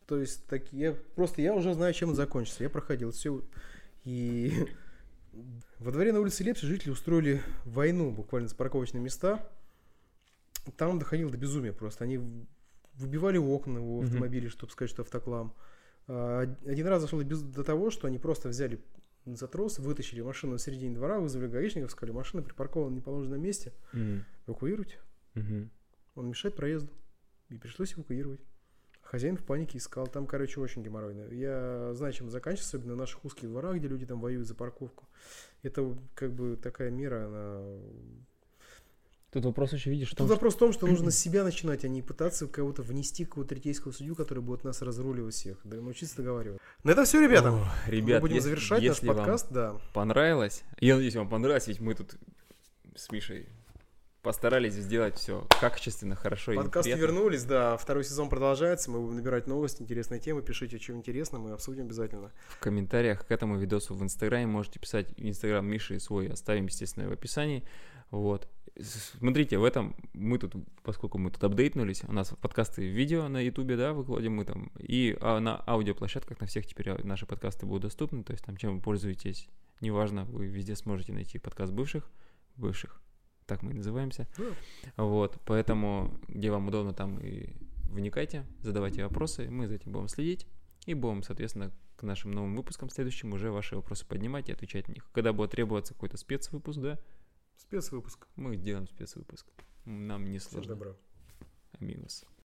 То есть, я уже знаю, чем это закончится. Я проходил все. И во дворе на улице Лепси жители устроили войну буквально за парковочные места. Там доходило до безумия просто. Они выбивали окна у автомобилей, чтобы сказать, что автоклам. Один раз дошло до того, что они просто взяли за трос, вытащили машину на середине двора, вызвали гаишников, сказали, машина припаркована в неположенном месте, эвакуируйте. Он мешает проезду. И пришлось эвакуировать. Хозяин в панике искал. Там, короче, очень геморройно. Я знаю, чем заканчивается, особенно в наших узких дворах, где люди там воюют за парковку. Это как бы такая мера, она... Тут вопрос еще, видишь, Тут вопрос в том, что нужно с себя начинать, а не пытаться кого-то внести, какого-то третейского судью, который будет нас разруливать всех. Да, научиться договариваться. На это все, ребята. Ребят, мы будем завершать наш подкаст. Да. Понравилось? Я надеюсь, вам понравилось, ведь мы тут с Мишей постарались сделать все качественно, хорошо и приятно. Подкасты вернулись, да. Второй сезон продолжается. Мы будем набирать новости, интересные темы. Пишите, что интересно, мы обсудим обязательно. В комментариях к этому видосу в Инстаграме можете писать. Инстаграм Миши свой оставим, естественно, в описании. Вот. Смотрите, в этом поскольку мы тут апдейтнулись, у нас подкасты видео на Ютубе, да, выкладем мы там, и на аудиоплощадках на всех теперь наши подкасты будут доступны, то есть там, чем вы пользуетесь, неважно, вы везде сможете найти подкаст бывших, так мы и называемся, вот, поэтому, где вам удобно, там и вникайте, задавайте вопросы, мы за этим будем следить, и будем, соответственно, к нашим новым выпускам следующим уже ваши вопросы поднимать и отвечать на них. Когда будет требоваться какой-то спецвыпуск, да, спецвыпуск. Мы делаем спецвыпуск. Нам не сложно. Всем добра. Амигос.